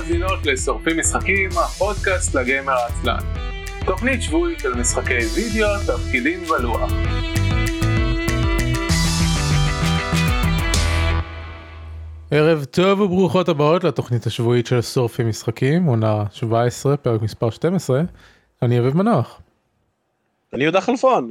מאזינות לשורפים משחקים, הפודקאסט לגיימר העצלן. תוכנית שבועית של משחקי וידאו, תפקידים ולוח. ערב טוב וברוכות הבאות לתוכנית השבועית של שורפים משחקים, עונה 17, פרק מספר 12. אני אביב מנוח. אני יהודה חלפון.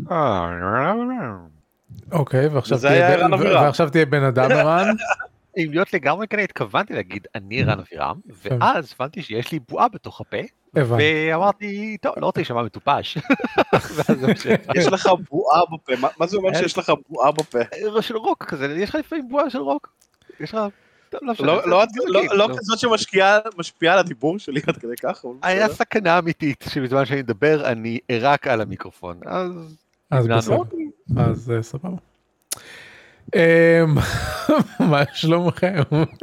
אוקיי, ועכשיו תהיה בן אדם ערן. אם להיות לגמרי כאן התכוונתי להגיד אני רן אבירם, ואז הבנתי שיש לי בועה בתוך הפה, ואמרתי, טוב, לא רוצה להישמע מטופש. יש לך בועה בפה, מה זה אומר שיש לך בועה בפה? של רוק כזה, יש לך לפעמים בועה של רוק. יש לך... לא כזאת שמשפיעה על הדיבור שלי עד כדי כך. היה סכנה אמיתית שבזמן שאני מדבר אני ארק על המיקרופון, אז בסדר, אז סבבה. מה שלומכם?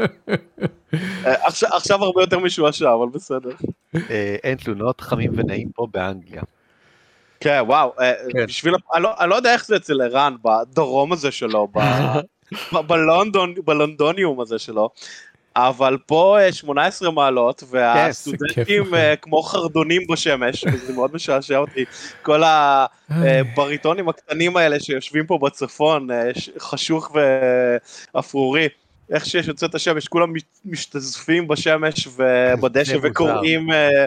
עכשיו הרבה יותר משועשע, אבל בסדר. אין תלונות, חמים ונעים פה באנגליה. כן, וואו, אני לא יודע איך זה אצל ערן, בדרום הזה שלו, בלונדוניום הזה שלו, אבל פה 18 מעלות, והסטודנטים כמו חרדונים בשמש, וזה מאוד משעשע אותי, כל הבריטונים הקטנים האלה שיושבים פה בצפון, חשוך ואפרורי, איך שיש יוצאת השמש, כולם משתזפים בשמש ובדשא וקוראים,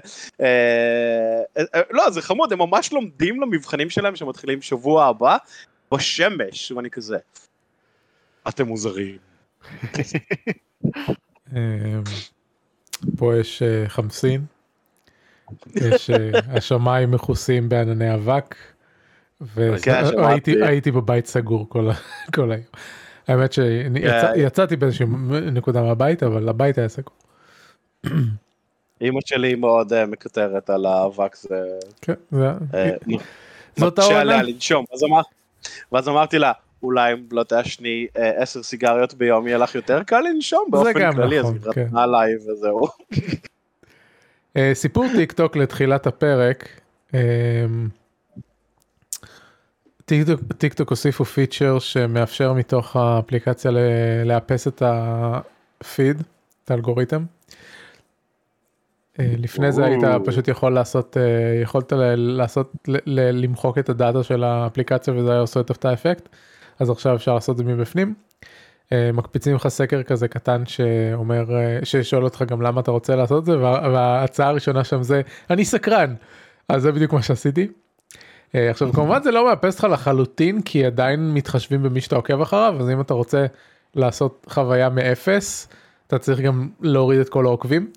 לא, זה חמוד, הם ממש לומדים למבחנים שלהם שמתחילים שבוע הבא, בשמש, ואני כזה, אתם מוזרים. פה יש חמסין, יש השמיים מכוסים בענני אבק, והייתי בבית סגור כל היום. האמת שיצאתי באיזושהי נקודה מהבית, אבל הבית היה סגור. אמא שלי מאוד מקטרת על האבק, זה מקשה עליה לנשום, ואז אמרתי לה, אולי אם לא תעשני 10 סיגריות ביום, יהיה לך יותר קל לנשום באופן כללי, אז היא רתנה עליי וזהו. סיפור טיק טוק לתחילת הפרק, טיק טוק הוסיפו פיצ'ר שמאפשר מתוך האפליקציה לאפס את הפיד, את האלגוריתם. לפני זה היית פשוט יכולת למחוק את הדאטה של האפליקציה וזה היה עושה את האפקט, אז עכשיו אפשר לעשות את זה מבפנים. מקפיצים לך סקר כזה קטן שאומר, ששואל אותך גם למה אתה רוצה לעשות את זה, וההצעה הראשונה שם זה, אני סקרן, אז זה בדיוק מה שעשיתי. עכשיו כמובן זה לא מאפס לך לחלוטין, כי עדיין מתחשבים במי שאתה עוקב אחריו, אז אם אתה רוצה לעשות חוויה מאפס, אתה צריך גם להוריד את כל העוקבים.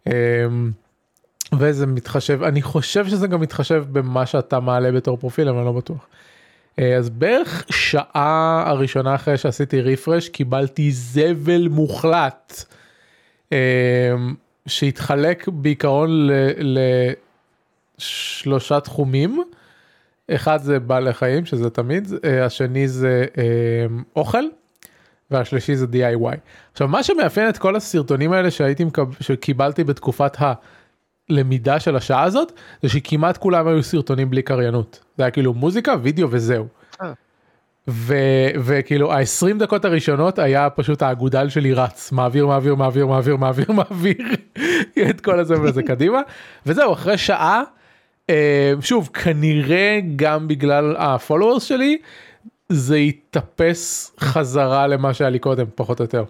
וזה מתחשב, אני חושב שזה גם מתחשב במה שאתה מעלה בתור פרופיל, אבל אני לא בטוח. אז בערך שעה הראשונה אחרי שעשיתי ריפרש, קיבלתי זבל מוחלט, שהתחלק בעיקרון לשלושה תחומים. אחד זה בעלי חיים, שזה תמיד, השני זה אוכל, והשלישי זה DIY. עכשיו, מה שמאפיין את כל הסרטונים האלה שקיבלתי בתקופת הלמידה של השעה הזאת, זה שכמעט כולם היו סרטונים בלי קריינות. זה היה כאילו מוזיקה, וידאו וזהו. וכאילו, ה-20 דקות הראשונות היה פשוט האגודל שלי רץ, מעביר את כל הזה וזה קדימה. וזהו, אחרי שעה, שוב, כנראה גם בגלל הפולוורס שלי, זה יתאפס חזרה למה שהיה לי קודם, פחות או יותר.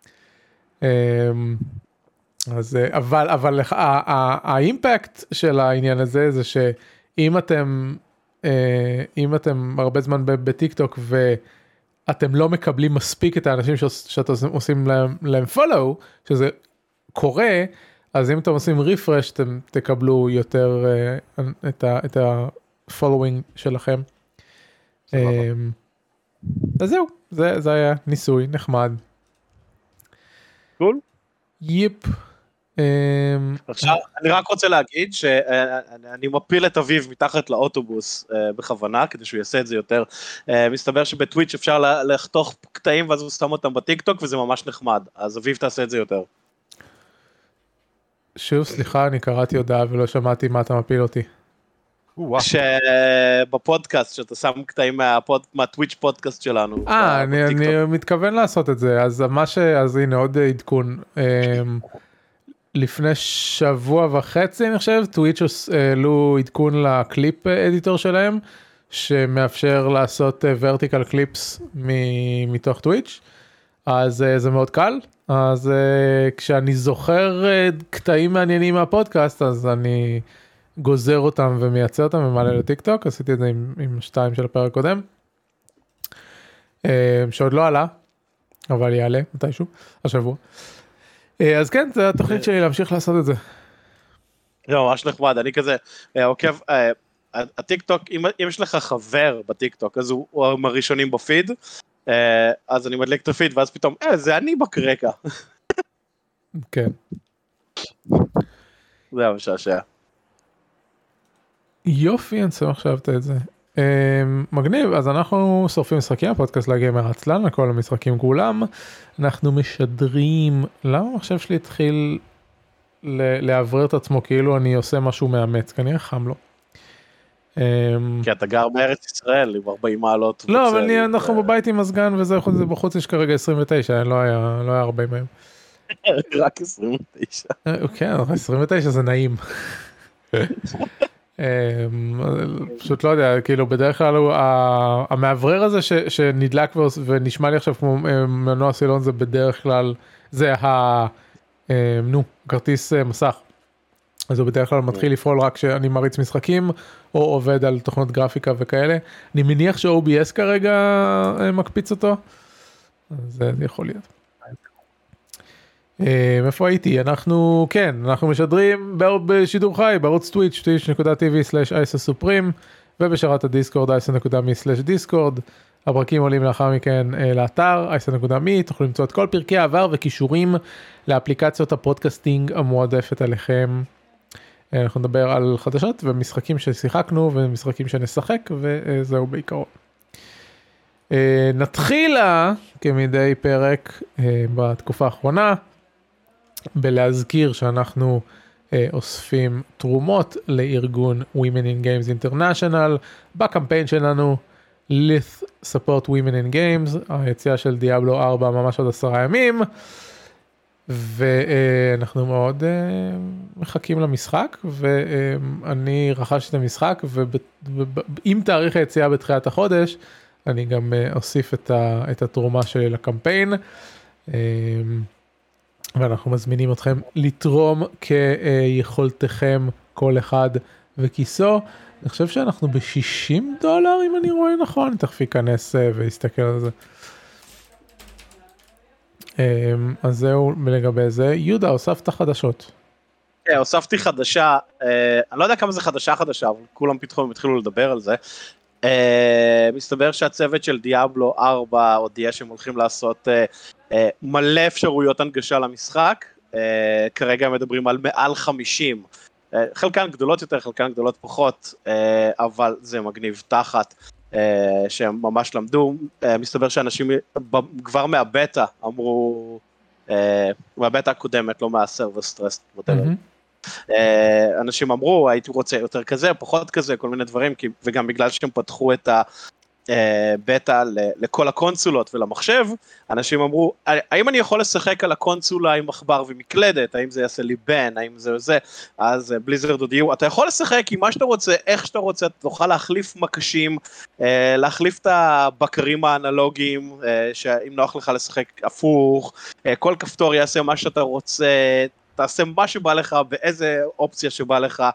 אז, אבל האימפקט של העניין הזה, זה שאם אתם הרבה זמן בטיק טוק, ואתם לא מקבלים מספיק את האנשים שאתם עושים להם follow, שזה קורה, אז אם אתם עושים ריפרש, אתם תקבלו יותר את ה-following שלכם. אז זהו, זה היה ניסוי נחמד. קול? יפ. עכשיו, אני רק רוצה להגיד שאני מפיל את אביב מתחת לאוטובוס בכוונה, כדי שהוא יעשה את זה יותר. מסתבר שבטוויץ' אפשר לחתוך קטעים, ואז הוא שם אותם בטיק טוק, וזה ממש נחמד. אז אביב תעשה את זה יותר. שוב, סליחה, אני קראתי הודעה ולא שמעתי מה אתה מפיל אותי. שבפודקאסט, שאתה שם קטעים מהטוויץ' פודקאסט שלנו. אני מתכוון לעשות את זה, אז הנה עוד עדכון. לפני שבוע וחצי אני חושב, טוויץ' העלו עדכון לקליפ אדיטור שלהם, שמאפשר לעשות vertical clips מתוך טוויץ', אז זה מאוד קל, אז כשאני זוכר קטעים מעניינים מהפודקאסט, אז אני גוזר אותם ומייצר אותם ומעלה לטיק טוק, עשיתי את זה עם 2 של הפרק קודם, שעוד לא עלה, אבל יעלה מתישהו, השבוע. אז כן, זה התוכנית שלי להמשיך לעשות את זה. זה ממש נחמד, אני כזה עוקב, הטיק טוק, אם יש לך חבר בטיק טוק, אז הוא מהראשונים בפיד, אז אני מדליק את הפיד, ואז פתאום, זה אני בקרקע. כן. זה המשעשע. יופי, אני שמח שאהבת את זה. מגניב, אז אנחנו שורפים משחקים, הפודקאסט לגיימר עצלן, לכל המשחקים כולם. אנחנו משדרים, למה המחשב שלי התחיל לעברר את עצמו כאילו אני עושה משהו מאמץ, כנראה חם לו. כי אתה גר בארץ ישראל עם 40 מעלות. לא, אבל אנחנו בבית עם מזגן וזה בחוץ יש כרגע 29, לא היה 40 היום. רק 29. כן, 29 זה נעים. פשוט לא יודע, כאילו בדרך כלל המעברר הזה שנדלק ונשמע לי עכשיו כמו מנוע סילון, זה בדרך כלל, זה כרטיס מסך. אז הוא בדרך כלל מתחיל לפעול רק כשאני מריץ משחקים, או עובד על תוכנות גרפיקה וכאלה. אני מניח ש-OBS כרגע מקפיץ אותו, אז זה יכול להיות. איפה הייתי? אנחנו משדרים בשידור חי, בערוץ טוויץ', twitch.tv/isasupreme, ובשרת הדיסקורד, isa.me/discord. הפרקים עולים לאחר מכן לאתר, isa.me, תוכלו למצוא את כל פרקי העבר וקישורים לאפליקציות הפודקאסטינג המועדפת עליכם. אנחנו נדבר על חדשות ומשחקים ששיחקנו ומשחקים שנשחק, וזהו בעיקרון. נתחילה כמדי פרק בתקופה האחרונה, בלהזכיר שאנחנו אוספים תרומות לארגון Women in Games International, בקמפיין שלנו Let's Support Women in Games, היציאה של דיאבלו 4 ממש עוד 10 ימים, ואנחנו מאוד מחכים למשחק, ואני רכשתי את המשחק, ועם תאריך היציאה בתחילת החודש, אני גם אוסיף את התרומה שלי לקמפיין, ואנחנו מזמינים אתכם לתרום כיכולתכם כל אחד וכיסו. אני חושב שאנחנו ב$60 אם אני רואה נכון, אני תכף אכנס ויסתכל על זה. אז זהו לגבי זה. יהודה, הוספת חדשות. כן, הוספתי חדשה, אני לא יודע כמה זה חדשה, אבל כולם פתאום התחילו לדבר על זה. מסתבר שהצוות של דיאבלו 4 הודיע שהם הולכים לעשות מלא אפשרויות הנגשה למשחק, כרגע הם מדברים על מעל 50, חלקן גדולות יותר, חלקן גדולות פחות, אבל זה מגניב תחת, שהם ממש למדו. מסתבר שאנשים כבר מהבטא אמרו, מהבטא הקודמת, לא מהסרבר סטרס, אנשים אמרו, הייתי רוצה יותר כזה, פחות כזה, כל מיני דברים, וגם בגלל שהם פתחו את הבטא לכל הקונסולות ולמחשב, אנשים אמרו, האם אני יכול לשחק על הקונסולה עם מחבר ומקלדת, האם זה יעשה לי בן, האם זה וזה, אז בליזרד הודיעו, אתה יכול לשחק עם מה שאתה רוצה, איך שאתה רוצה, אתה תוכל להחליף מקשים, להחליף את הבקרים האנלוגיים, שאם נוח לך לשחק הפוך, כל כפתור יעשה מה שאתה רוצה, תעשה מה שבא לך, באיזה אופציה שבא לך,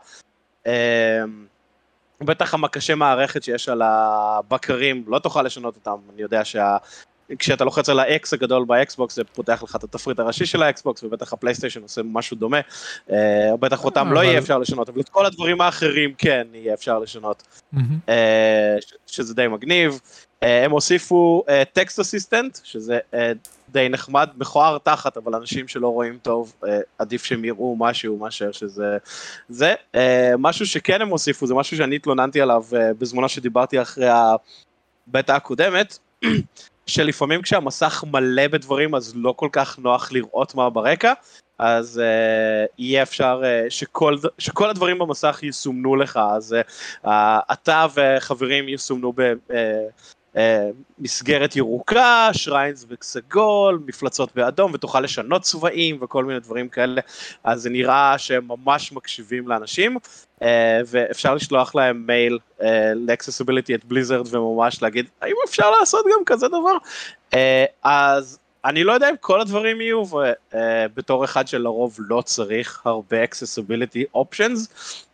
בטח המקשי מערכת שיש על הבקרים, לא תוכל לשנות אותם, אני יודע כשאתה לוחץ על ה-X הגדול באקסבוקס, זה פותח לך את התפריט הראשי של האקסבוקס, ובטח הפלייסטיישן עושה משהו דומה, בטח אותם לא יהיה אפשר לשנות, אבל את כל הדברים האחרים כן יהיה אפשר לשנות, שזה די מגניב. הם הוסיפו טקסט אסיסטנט, שזה די נחמד, מכוער תחת, אבל אנשים שלא רואים טוב, עדיף שהם יראו משהו, מאשר שזה זה. משהו שכן הם הוסיפו, זה משהו שאני התלוננתי עליו בזמונה שדיברתי אחרי הבטא הקודמת, שלפעמים כשהמסך מלא בדברים, אז לא כל כך נוח לראות מה ברקע, אז יהיה אפשר שכל הדברים במסך יסומנו לך, אז אתה וחברים יסומנו מסגרת ירוקה, שריינס בסגול, מפלצות באדום, ותוכל לשנות צבעים וכל מיני דברים כאלה, אז זה נראה שהם ממש מקשיבים לאנשים, ואפשר לשלוח להם מייל ל-accessibility at Blizzard וממש להגיד, האם אפשר לעשות גם כזה דבר? אז אני לא יודע אם כל הדברים יהיו, בתור אחד שלרוב לא צריך הרבה accessibility options,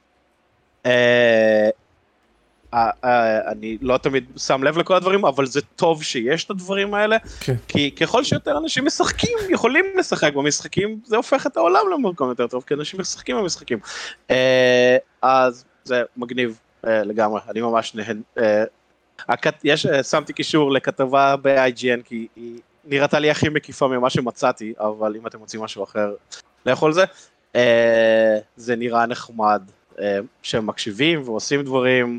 אני לא תמיד שם לב לכל הדברים, אבל זה טוב שיש את הדברים האלה, כי ככל שיותר אנשים משחקים, יכולים לשחק במשחקים, זה הופך את העולם למקום יותר טוב, כי אנשים משחקים במשחקים. אז זה מגניב לגמרי, אני ממש נהן. שמתי קישור לכתבה ב-IGN, כי היא נראתה לי הכי מקיפה ממה שמצאתי, אבל אם אתם מוצאים משהו אחר לאכול זה, זה נראה נחמד, שהם מקשיבים ועושים דברים,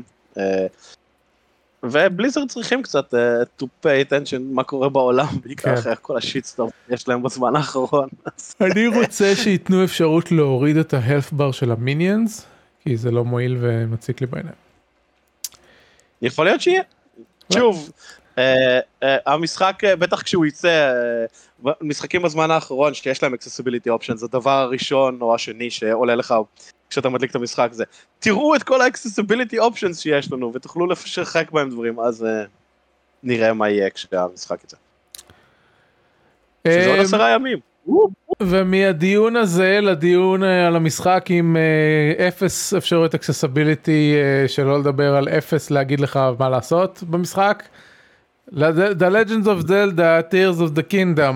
ובליזרד צריכים קצת to pay attention מה קורה בעולם, בעיקר אחרי כל השיטסטורם יש להם בזמן האחרון. אני רוצה שיתנו אפשרות להוריד את ה-health bar של המיניאנס, כי זה לא מועיל ומציק לי בעיניים. יכול להיות שיהיה. שוב, המשחק, בטח כשהוא יצא, משחקים בזמן האחרון שיש להם accessibility options, זה הדבר הראשון או השני שעולה לך כשאתה מדליק את המשחק זה, תראו את כל ה-accessibility options שיש לנו, ותוכלו לשחק בהם דברים, אז נראה מה יהיה כשהמשחק יצא. שזה עוד 10 ימים. ומהדיון הזה לדיון על המשחק עם 0 אפשרות accessibility, שלא לדבר על 0 להגיד לך מה לעשות במשחק, The Legends of Zelda, Tears of the Kingdom,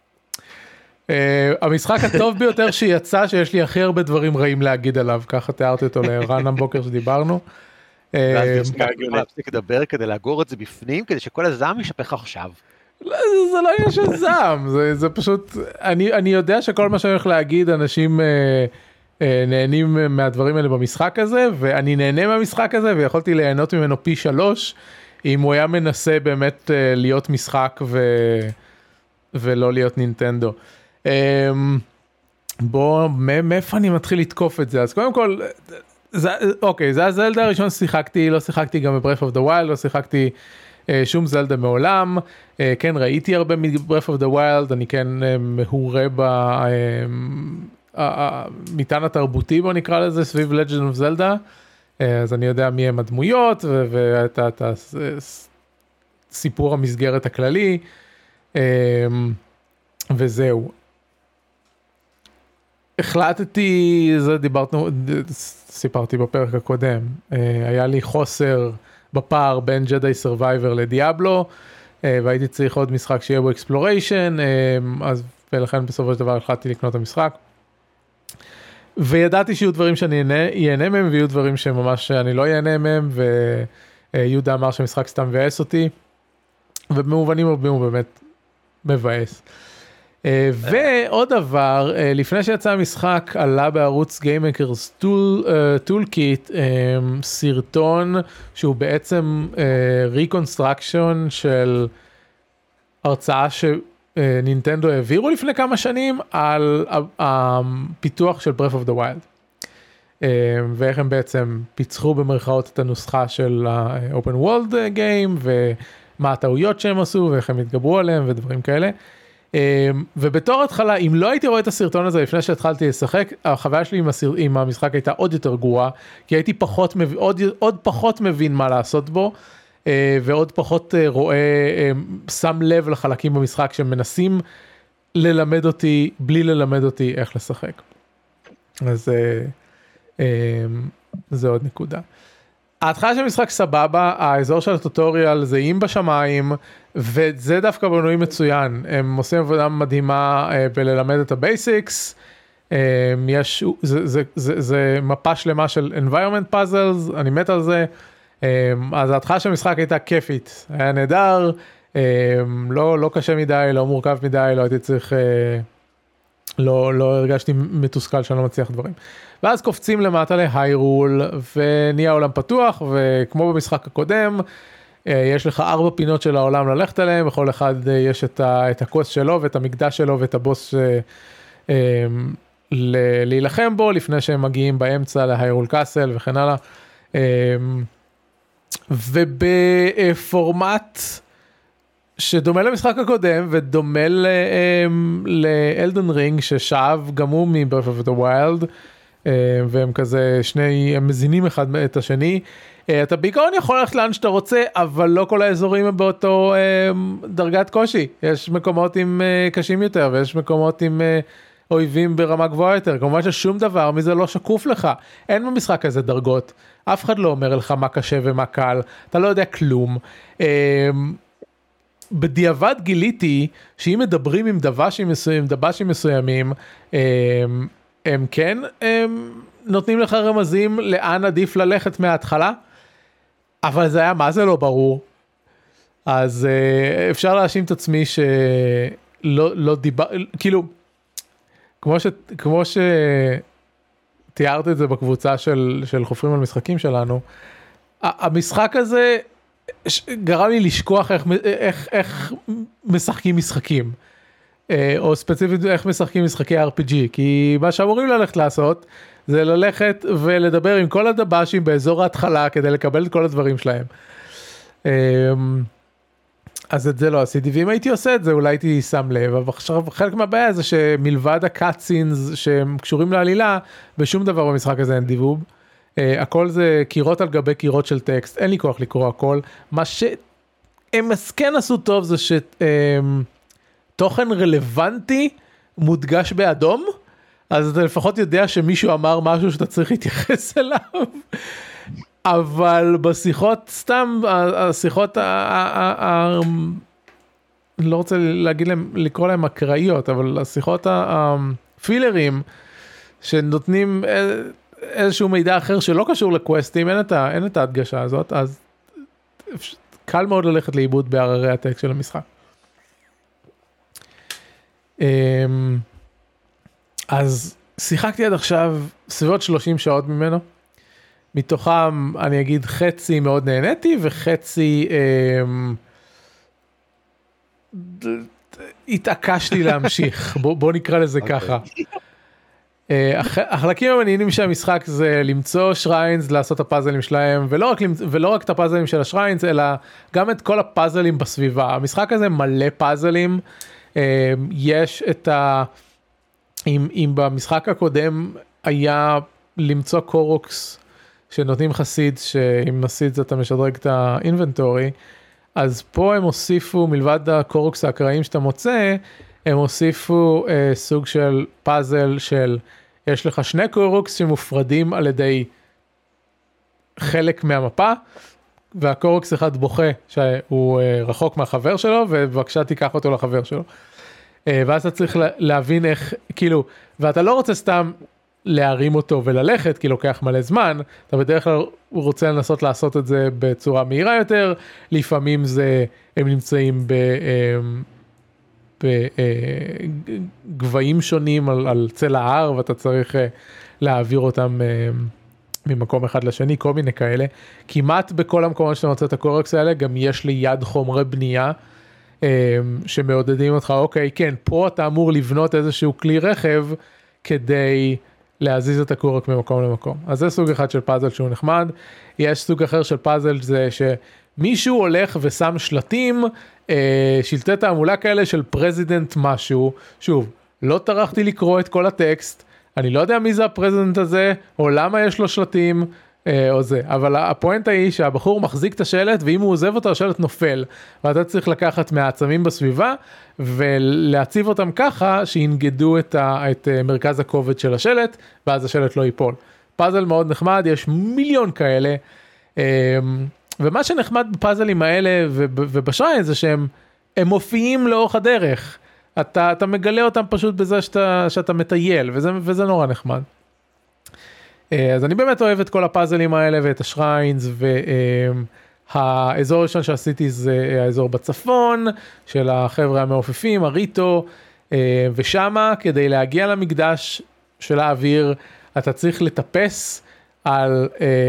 המשחק הטוב ביותר שיצא, שיש לי הכי הרבה דברים רעים להגיד עליו, ככה תיארתי אותו לרן בוקר שדיברנו. ואז להפסיק לדבר כדי לאגור את זה בפנים, כדי שכל הזעם ישפך עכשיו. זה לא יש זעם, זה פשוט, אני יודע שכל מה שאני הולך להגיד, אנשים נהנים מהדברים האלה במשחק הזה, ואני נהנה מהמשחק הזה, ויכולתי ליהנות ממנו פי 3, אם הוא היה מנסה באמת להיות משחק ולא להיות נינטנדו. בוא, מאיפה אני מתחיל לתקוף את זה? אז קודם כל, אוקיי, זה הזלדה הראשון ששיחקתי, לא שיחקתי גם ב-Breath of the Wild, לא שיחקתי שום זלדה מעולם, כן ראיתי הרבה מ-Breath of the Wild, אני כן מהורה במטען התרבותי, בוא נקרא לזה, סביב Legend of Zelda, אז אני יודע מי הם הדמויות, ואת סיפור המסגרת הכללי, וזהו. החלטתי, זה סיפרתי בפרק הקודם, היה לי חוסר בפער בין ג'די סרווייבר לדיאבלו, והייתי צריך עוד משחק שיהיה בו אקספלוריישן, אז ולכן בסופו של דבר החלטתי לקנות את המשחק. וידעתי שיהיו דברים שאני ייהנה מהם, ויהיו דברים שממש אני לא ייהנה מהם, ויהודה אמר שהמשחק סתם מבאס אותי, ובמובנים רבים הוא באמת מבאס. ועוד דבר, לפני שיצא המשחק, עלה בערוץ GameMakers Toolkit סרטון שהוא בעצם reconstruction של הרצאה שנינטנדו העבירו לפני כמה שנים על הפיתוח של Breath of the Wild. ואיך הם בעצם פיצחו במרכאות את הנוסחה של ה-Open World Game, ומה הטעויות שהם עשו, ואיך הם התגברו עליהם ודברים כאלה. ובתור התחלה, אם לא הייתי רואה את הסרטון הזה לפני שהתחלתי לשחק, החוויה שלי עם המשחק הייתה עוד יותר גרועה, כי הייתי עוד פחות מבין מה לעשות בו, ועוד פחות שם לב לחלקים במשחק שמנסים ללמד אותי, בלי ללמד אותי איך לשחק. אז זה עוד נקודה. ההתחלה של המשחק סבבה, האזור של הטוטוריאל זה אים בשמיים, וזה דווקא בנוי מצוין, הם עושים עבודה מדהימה בללמד את הבייסיקס, זה מפה שלמה של environment puzzles, אני מת על זה, אז ההתחלה של המשחק הייתה כיפית, היה נהדר, לא קשה מדי, לא מורכב מדי, לא הייתי צריך, לא הרגשתי מתוסכל שאני לא מצליח דברים. ואז קופצים למטה להיירול, ונהיה עולם פתוח, וכמו במשחק הקודם, יש לך 4 פינות של העולם ללכת עליהם, בכל אחד יש את הכוס שלו, ואת המקדש שלו, ואת הבוס להילחם בו, לפני שהם מגיעים באמצע להיירול קאסל וכן הלאה. ובפורמט שדומה למשחק הקודם, ודומה לאלדן רינג, ששאב גם הוא מ-Breath of the Wild, והם כזה הם מזינים אחד את השני. אתה בעיקרון יכול ללכת לאן שאתה רוצה, אבל לא כל האזורים הם באותו דרגת קושי. יש מקומות עם קשים יותר, ויש מקומות עם אויבים ברמה גבוהה יותר. כמובן ששום דבר מזה לא שקוף לך. אין במשחק הזה דרגות. אף אחד לא אומר לך מה קשה ומה קל. אתה לא יודע כלום. בדיעבד גיליתי שאם מדברים עם דב"שים מסוימים, הם כן נותנים לך רמזים לאן עדיף ללכת מההתחלה, אבל זה היה מה זה לא ברור. אז אפשר להאשים את עצמי שלא דיבר, כאילו, כמו שתיארת את זה בקבוצה של חופרים על משחקים שלנו, המשחק הזה גרם לי לשכוח איך משחקים משחקים. או ספציפית איך משחקים משחקי RPG, כי מה שאמורים ללכת לעשות, זה ללכת ולדבר עם כל הדב"שים באזור ההתחלה, כדי לקבל את כל הדברים שלהם. אז את זה לא עשיתי, ואם הייתי עושה את זה, אולי הייתי שם לב, אבל עכשיו חלק מהבעיה זה שמלבד הקאטסינס שהם קשורים לעלילה, בשום דבר במשחק הזה אין דיבוב. הכל זה קירות על גבי קירות של טקסט, אין לי כוח לקרוא הכל. מה שהם כן עשו טוב זה תוכן רלוונטי מודגש באדום, אז אתה לפחות יודע שמישהו אמר משהו שאתה צריך להתייחס אליו, אבל בשיחות סתם, השיחות, לא רוצה להגיד להם, לקרוא להם אקראיות, אבל השיחות הפילרים, שנותנים איזשהו מידע אחר שלא קשור לקווסטים, אין את ההדגשה הזאת, אז קל מאוד ללכת לאיבוד בהררי הטקסט של המשחק. אז שיחקתי עד עכשיו סביבות 30 שעות ממנו, מתוכם אני אגיד חצי מאוד נהניתי וחצי התעקשתי להמשיך, בוא נקרא לזה ככה. החלקים המעניינים של המשחק זה למצוא שריינס, לעשות את הפאזלים שלהם, ולא רק את הפאזלים של השריינס, אלא גם את כל הפאזלים בסביבה. המשחק הזה מלא פאזלים, יש את אם במשחק הקודם היה למצוא קורוקס שנותנים לך סיד, שעם הסיד אתה משדרג את האינבנטורי, אז פה הם הוסיפו, מלבד הקורוקס האקראיים שאתה מוצא, הם הוסיפו סוג של פאזל של, יש לך שני קורוקס שמופרדים על ידי חלק מהמפה, והקורוקס אחד בוכה שהוא רחוק מהחבר שלו, ובבקשה תיקח אותו לחבר שלו. ואז אתה צריך להבין איך, כאילו, ואתה לא רוצה סתם להרים אותו וללכת, כי לוקח מלא זמן, אתה בדרך כלל רוצה לנסות לעשות את זה בצורה מהירה יותר, לפעמים הם נמצאים בגבהים שונים על צל ההר, ואתה צריך להעביר אותם ממקום אחד לשני, כל מיני כאלה. כמעט בכל המקומות שאתה מוצא את הקורקס האלה, גם יש ליד חומרי בנייה, שמעודדים אותך, אוקיי, כן, פה אתה אמור לבנות איזשהו כלי רכב, כדי להזיז את הקורק ממקום למקום. אז זה סוג אחד של פאזל שהוא נחמד. יש סוג אחר של פאזל, זה שמישהו הולך ושם שלטים, שלטי תעמולה כאלה של פרזידנט משהו. שוב, לא טרחתי לקרוא את כל הטקסט, אני לא יודע מי זה הפרזידנט הזה, או למה יש לו שלטים, או זה, אבל הפואנטה היא שהבחור מחזיק את השלט, ואם הוא עוזב אותו השלט נופל, ואתה צריך לקחת מהעצמים בסביבה, ולהציב אותם ככה, שינגדו את מרכז הכובד של השלט, ואז השלט לא ייפול. פאזל מאוד נחמד, יש מיליון כאלה, ומה שנחמד בפאזלים האלה, ובשריין זה שהם מופיעים לאורך הדרך, אתה מגלה אותם פשוט בזה שאתה מטייל, וזה נורא נחמד. אז אני באמת אוהב את כל הפאזלים האלה ואת השריינס, והאזור הראשון שעשיתי זה האזור בצפון של החבר'ה המעופפים, הריטו, ושמה כדי להגיע למקדש של האוויר אתה צריך לטפס על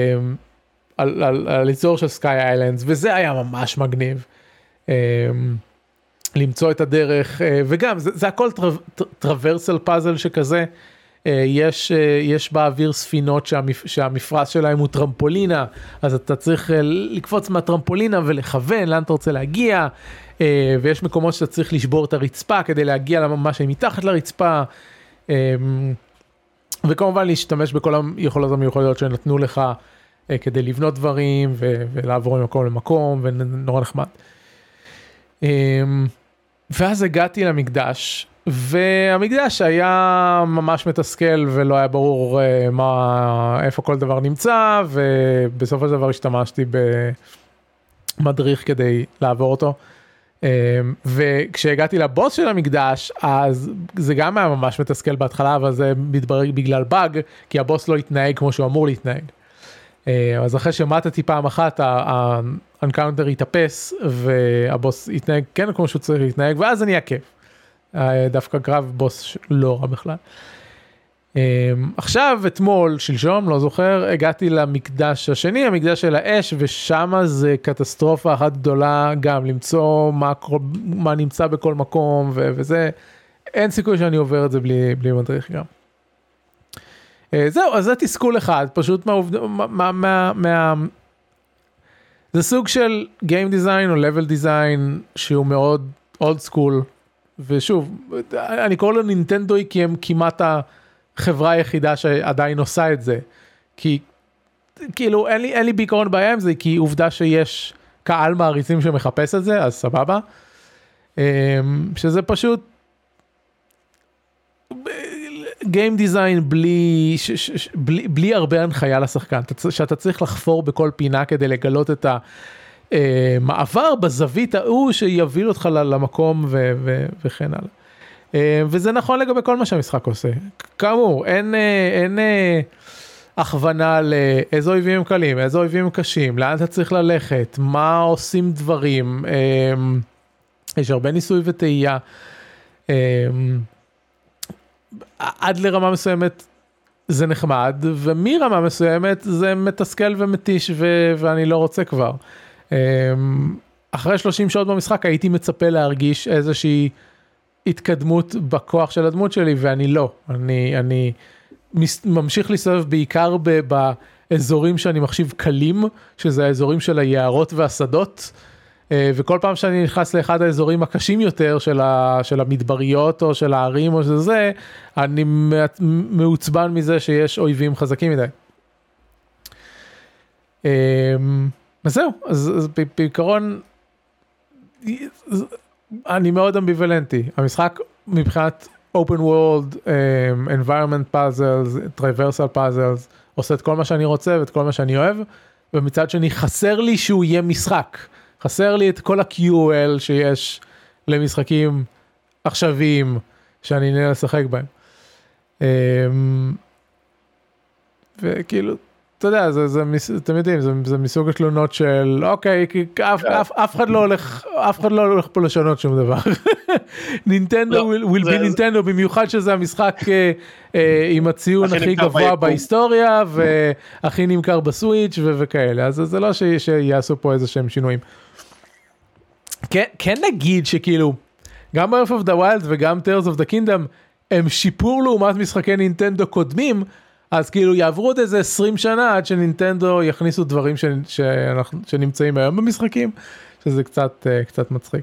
אזור של סקאי איילנדס, וזה היה ממש מגניב. למצוא את הדרך, וגם זה הכל טרוורסל פאזל שכזה, יש באוויר ספינות שהמפרש שלהם הוא טרמפולינה, אז אתה צריך לקפוץ מהטרמפולינה ולכוון לאן אתה רוצה להגיע, ויש מקומות שאתה צריך לשבור את הרצפה כדי להגיע למה שמתחת לרצפה, וכמובן להשתמש בכל היכולות המיוחדות שנתנו לך כדי לבנות דברים ולעבור ממקום למקום, ונורא נחמד. ואז הגעתי למקדש, והמקדש היה ממש מתסכל ולא היה ברור איפה כל דבר נמצא, ובסופו של דבר השתמשתי במדריך כדי לעבור אותו. וכשהגעתי לבוס של המקדש, אז זה גם היה ממש מתסכל בהתחלה, אבל זה מתברר בגלל באג, כי הבוס לא התנהג כמו שהוא אמור להתנהג. אז אחרי שמטתי פעם אחת, האנקאונטר התאפס, והבוס התנהג כן כמו שהוא צריך להתנהג, ואז אני עקב. דווקא קרב בוס לא רע בכלל. עכשיו, אתמול, שלשום, לא זוכר, הגעתי למקדש השני, המקדש של האש, ושם זה קטסטרופה אחת גדולה, גם למצוא מה נמצא בכל מקום, וזה, אין סיכוי שאני עובר את זה בלי מדריך גם. זהו, אז זה תסכול אחד, פשוט זה סוג של Game Design או Level Design, שהוא מאוד old school, ושוב, אני קורא לו נינטנדוי, כי הם כמעט החברה היחידה שעדיין עושה את זה, כי כאילו אין לי בעיקרון בעיה עם זה, כי עובדה שיש קהל מעריצים שמחפש את זה, אז סבבה, שזה פשוט Game Design בלי הרבה הנחיה לשחקן, שאתה צריך לחפור בכל פינה כדי לגלות את המעבר בזווית ההוא שיוביל אותך למקום וכן הלאה. וזה נכון לגבי כל מה שהמשחק עושה. כאמור, אין הכוונה לאיזה אויבים הם קלים, איזה אויבים הם קשים, לאן אתה צריך ללכת, מה עושים דברים, יש הרבה ניסוי וטעייה, עד לרמה מסוימת זה נחמד, ומרמה מסוימת זה מתסכל ומתיש ואני לא רוצה כבר. אחרי 30 שעות במשחק הייתי מצפה להרגיש איזושהי התקדמות בכוח של הדמות שלי, ואני לא. אני ממשיך להסתובב בעיקר באזורים שאני מחשיב קלים, שזה האזורים של היערות והשדות, וכל פעם שאני נכנס לאחד האזורים הקשים יותר של המדבריות או של הערים או של זה, אני מעוצבן מזה שיש אויבים חזקים מדי. וזהו, אז בעיקרון אני מאוד אמביוולנטי. המשחק מבחינת open world, environment puzzles, traversal puzzles, עושה את כל מה שאני רוצה ואת כל מה שאני אוהב, ומצד שני חסר לי שהוא יהיה משחק. חסר לי את כל ה-QL שיש למשחקים עכשוויים שאני נהנה לשחק בהם. וכאילו, אתה יודע, אתם יודעים, זה מסוג התלונות של, אוקיי, אף אחד לא הולך פה לשנות שום דבר. נינטנדו will be נינטנדו, במיוחד שזה המשחק עם הציון הכי גבוה בהיסטוריה, והכי נמכר בסוויץ' וכאלה, אז זה לא שיעשו פה איזה שהם שינויים. כן נגיד שכאילו, גם Breath of the Wild וגם Tears of the Kingdom, הם שיפור לעומת משחקי נינטנדו קודמים, אז כאילו יעברו עוד איזה 20 שנה עד שנינטנדו יכניסו דברים שנמצאים היום במשחקים, שזה קצת מצחיק.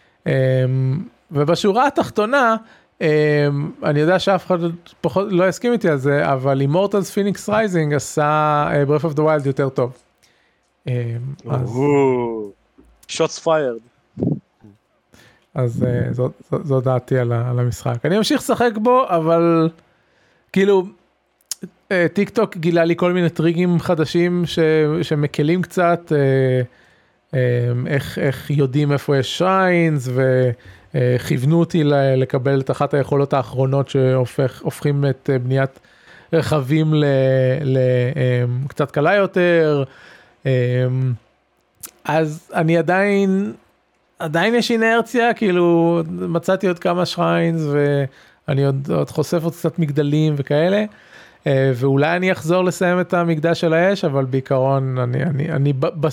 ובשורה התחתונה, אני יודע שאף אחד פחות לא יסכים איתי על זה, אבל Immortals Phoenix Rising עשה Breath of the Wild יותר טוב. Shots fired. אז זו דעתי על המשחק. אני אמשיך לשחק בו, אבל כאילו, טיק טוק גילה לי כל מיני טריגים חדשים שמקלים קצת, איך יודעים איפה יש שריינס, וכיוונו אותי לקבל את אחת היכולות האחרונות שהופכים את בניית רכבים לקצת קלה יותר, אז אני עדיין יש אינרציה, כאילו מצאתי עוד כמה שריינס, ואני עוד חושף עוד קצת מגדלים וכאלה, ואולי אני אחזור לסיים את המקדש של האש, אבל בעיקרון אני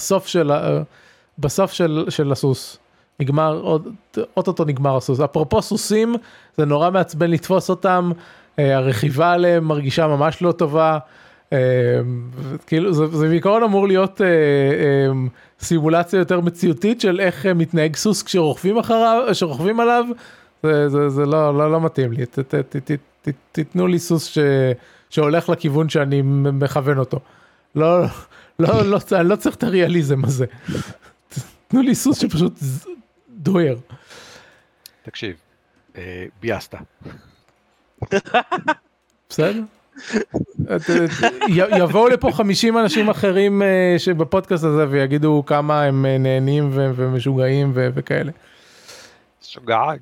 בסוף של הסוס, נגמר, אוטוטו נגמר הסוס. אפרופו סוסים, זה נורא מעצבן לתפוס אותם, הרכיבה עליהם מרגישה ממש לא טובה, כאילו זה בעיקרון אמור להיות סימולציה יותר מציאותית של איך מתנהג סוס כשרוכבים עליו, זה לא מתאים לי, תיתנו לי סוס שהולך לכיוון שאני מכוון אותו, אני לא צריך את הריאליזם הזה, תנו לי סוס שפשוט דוהר. תקשיב, ביאסת. בסדר? יבואו לפה 50 אנשים אחרים שבפודקאסט הזה ויגידו כמה הם נהנים ומשוגעים וכאלה. שוגעת.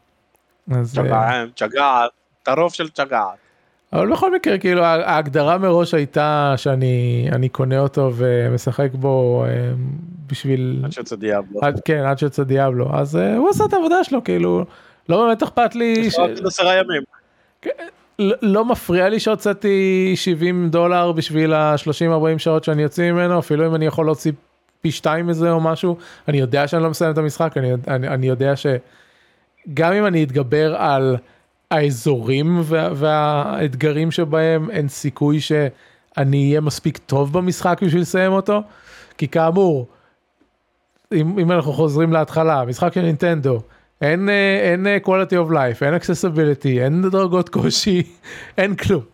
שגעת, טרוף של שגעת. אבל בכל מקרה, כאילו, ההגדרה מראש הייתה שאני קונה אותו ומשחק בו בשביל... עד שיוצא דיאבלו. כן, עד שיוצא דיאבלו. אז הוא עשה את העבודה שלו, כאילו, לא באמת אכפת לי... יש רק 10 ימים. לא מפריע לי שהוצאתי $70 בשביל ה-30-40 שעות שאני יוצא ממנו, אפילו אם אני יכול להוציא פי 2 מזה או משהו, אני יודע שאני לא מסיים את המשחק, אני יודע שגם אם אני אתגבר על האזורים והאתגרים שבהם, אין סיכוי שאני אהיה מספיק טוב במשחק בשביל לסיים אותו, כי כאמור, אם אנחנו חוזרים להתחלה, משחק של נינטנדו, אין quality of life, אין accessibility, אין דרגות קושי, אין כלום.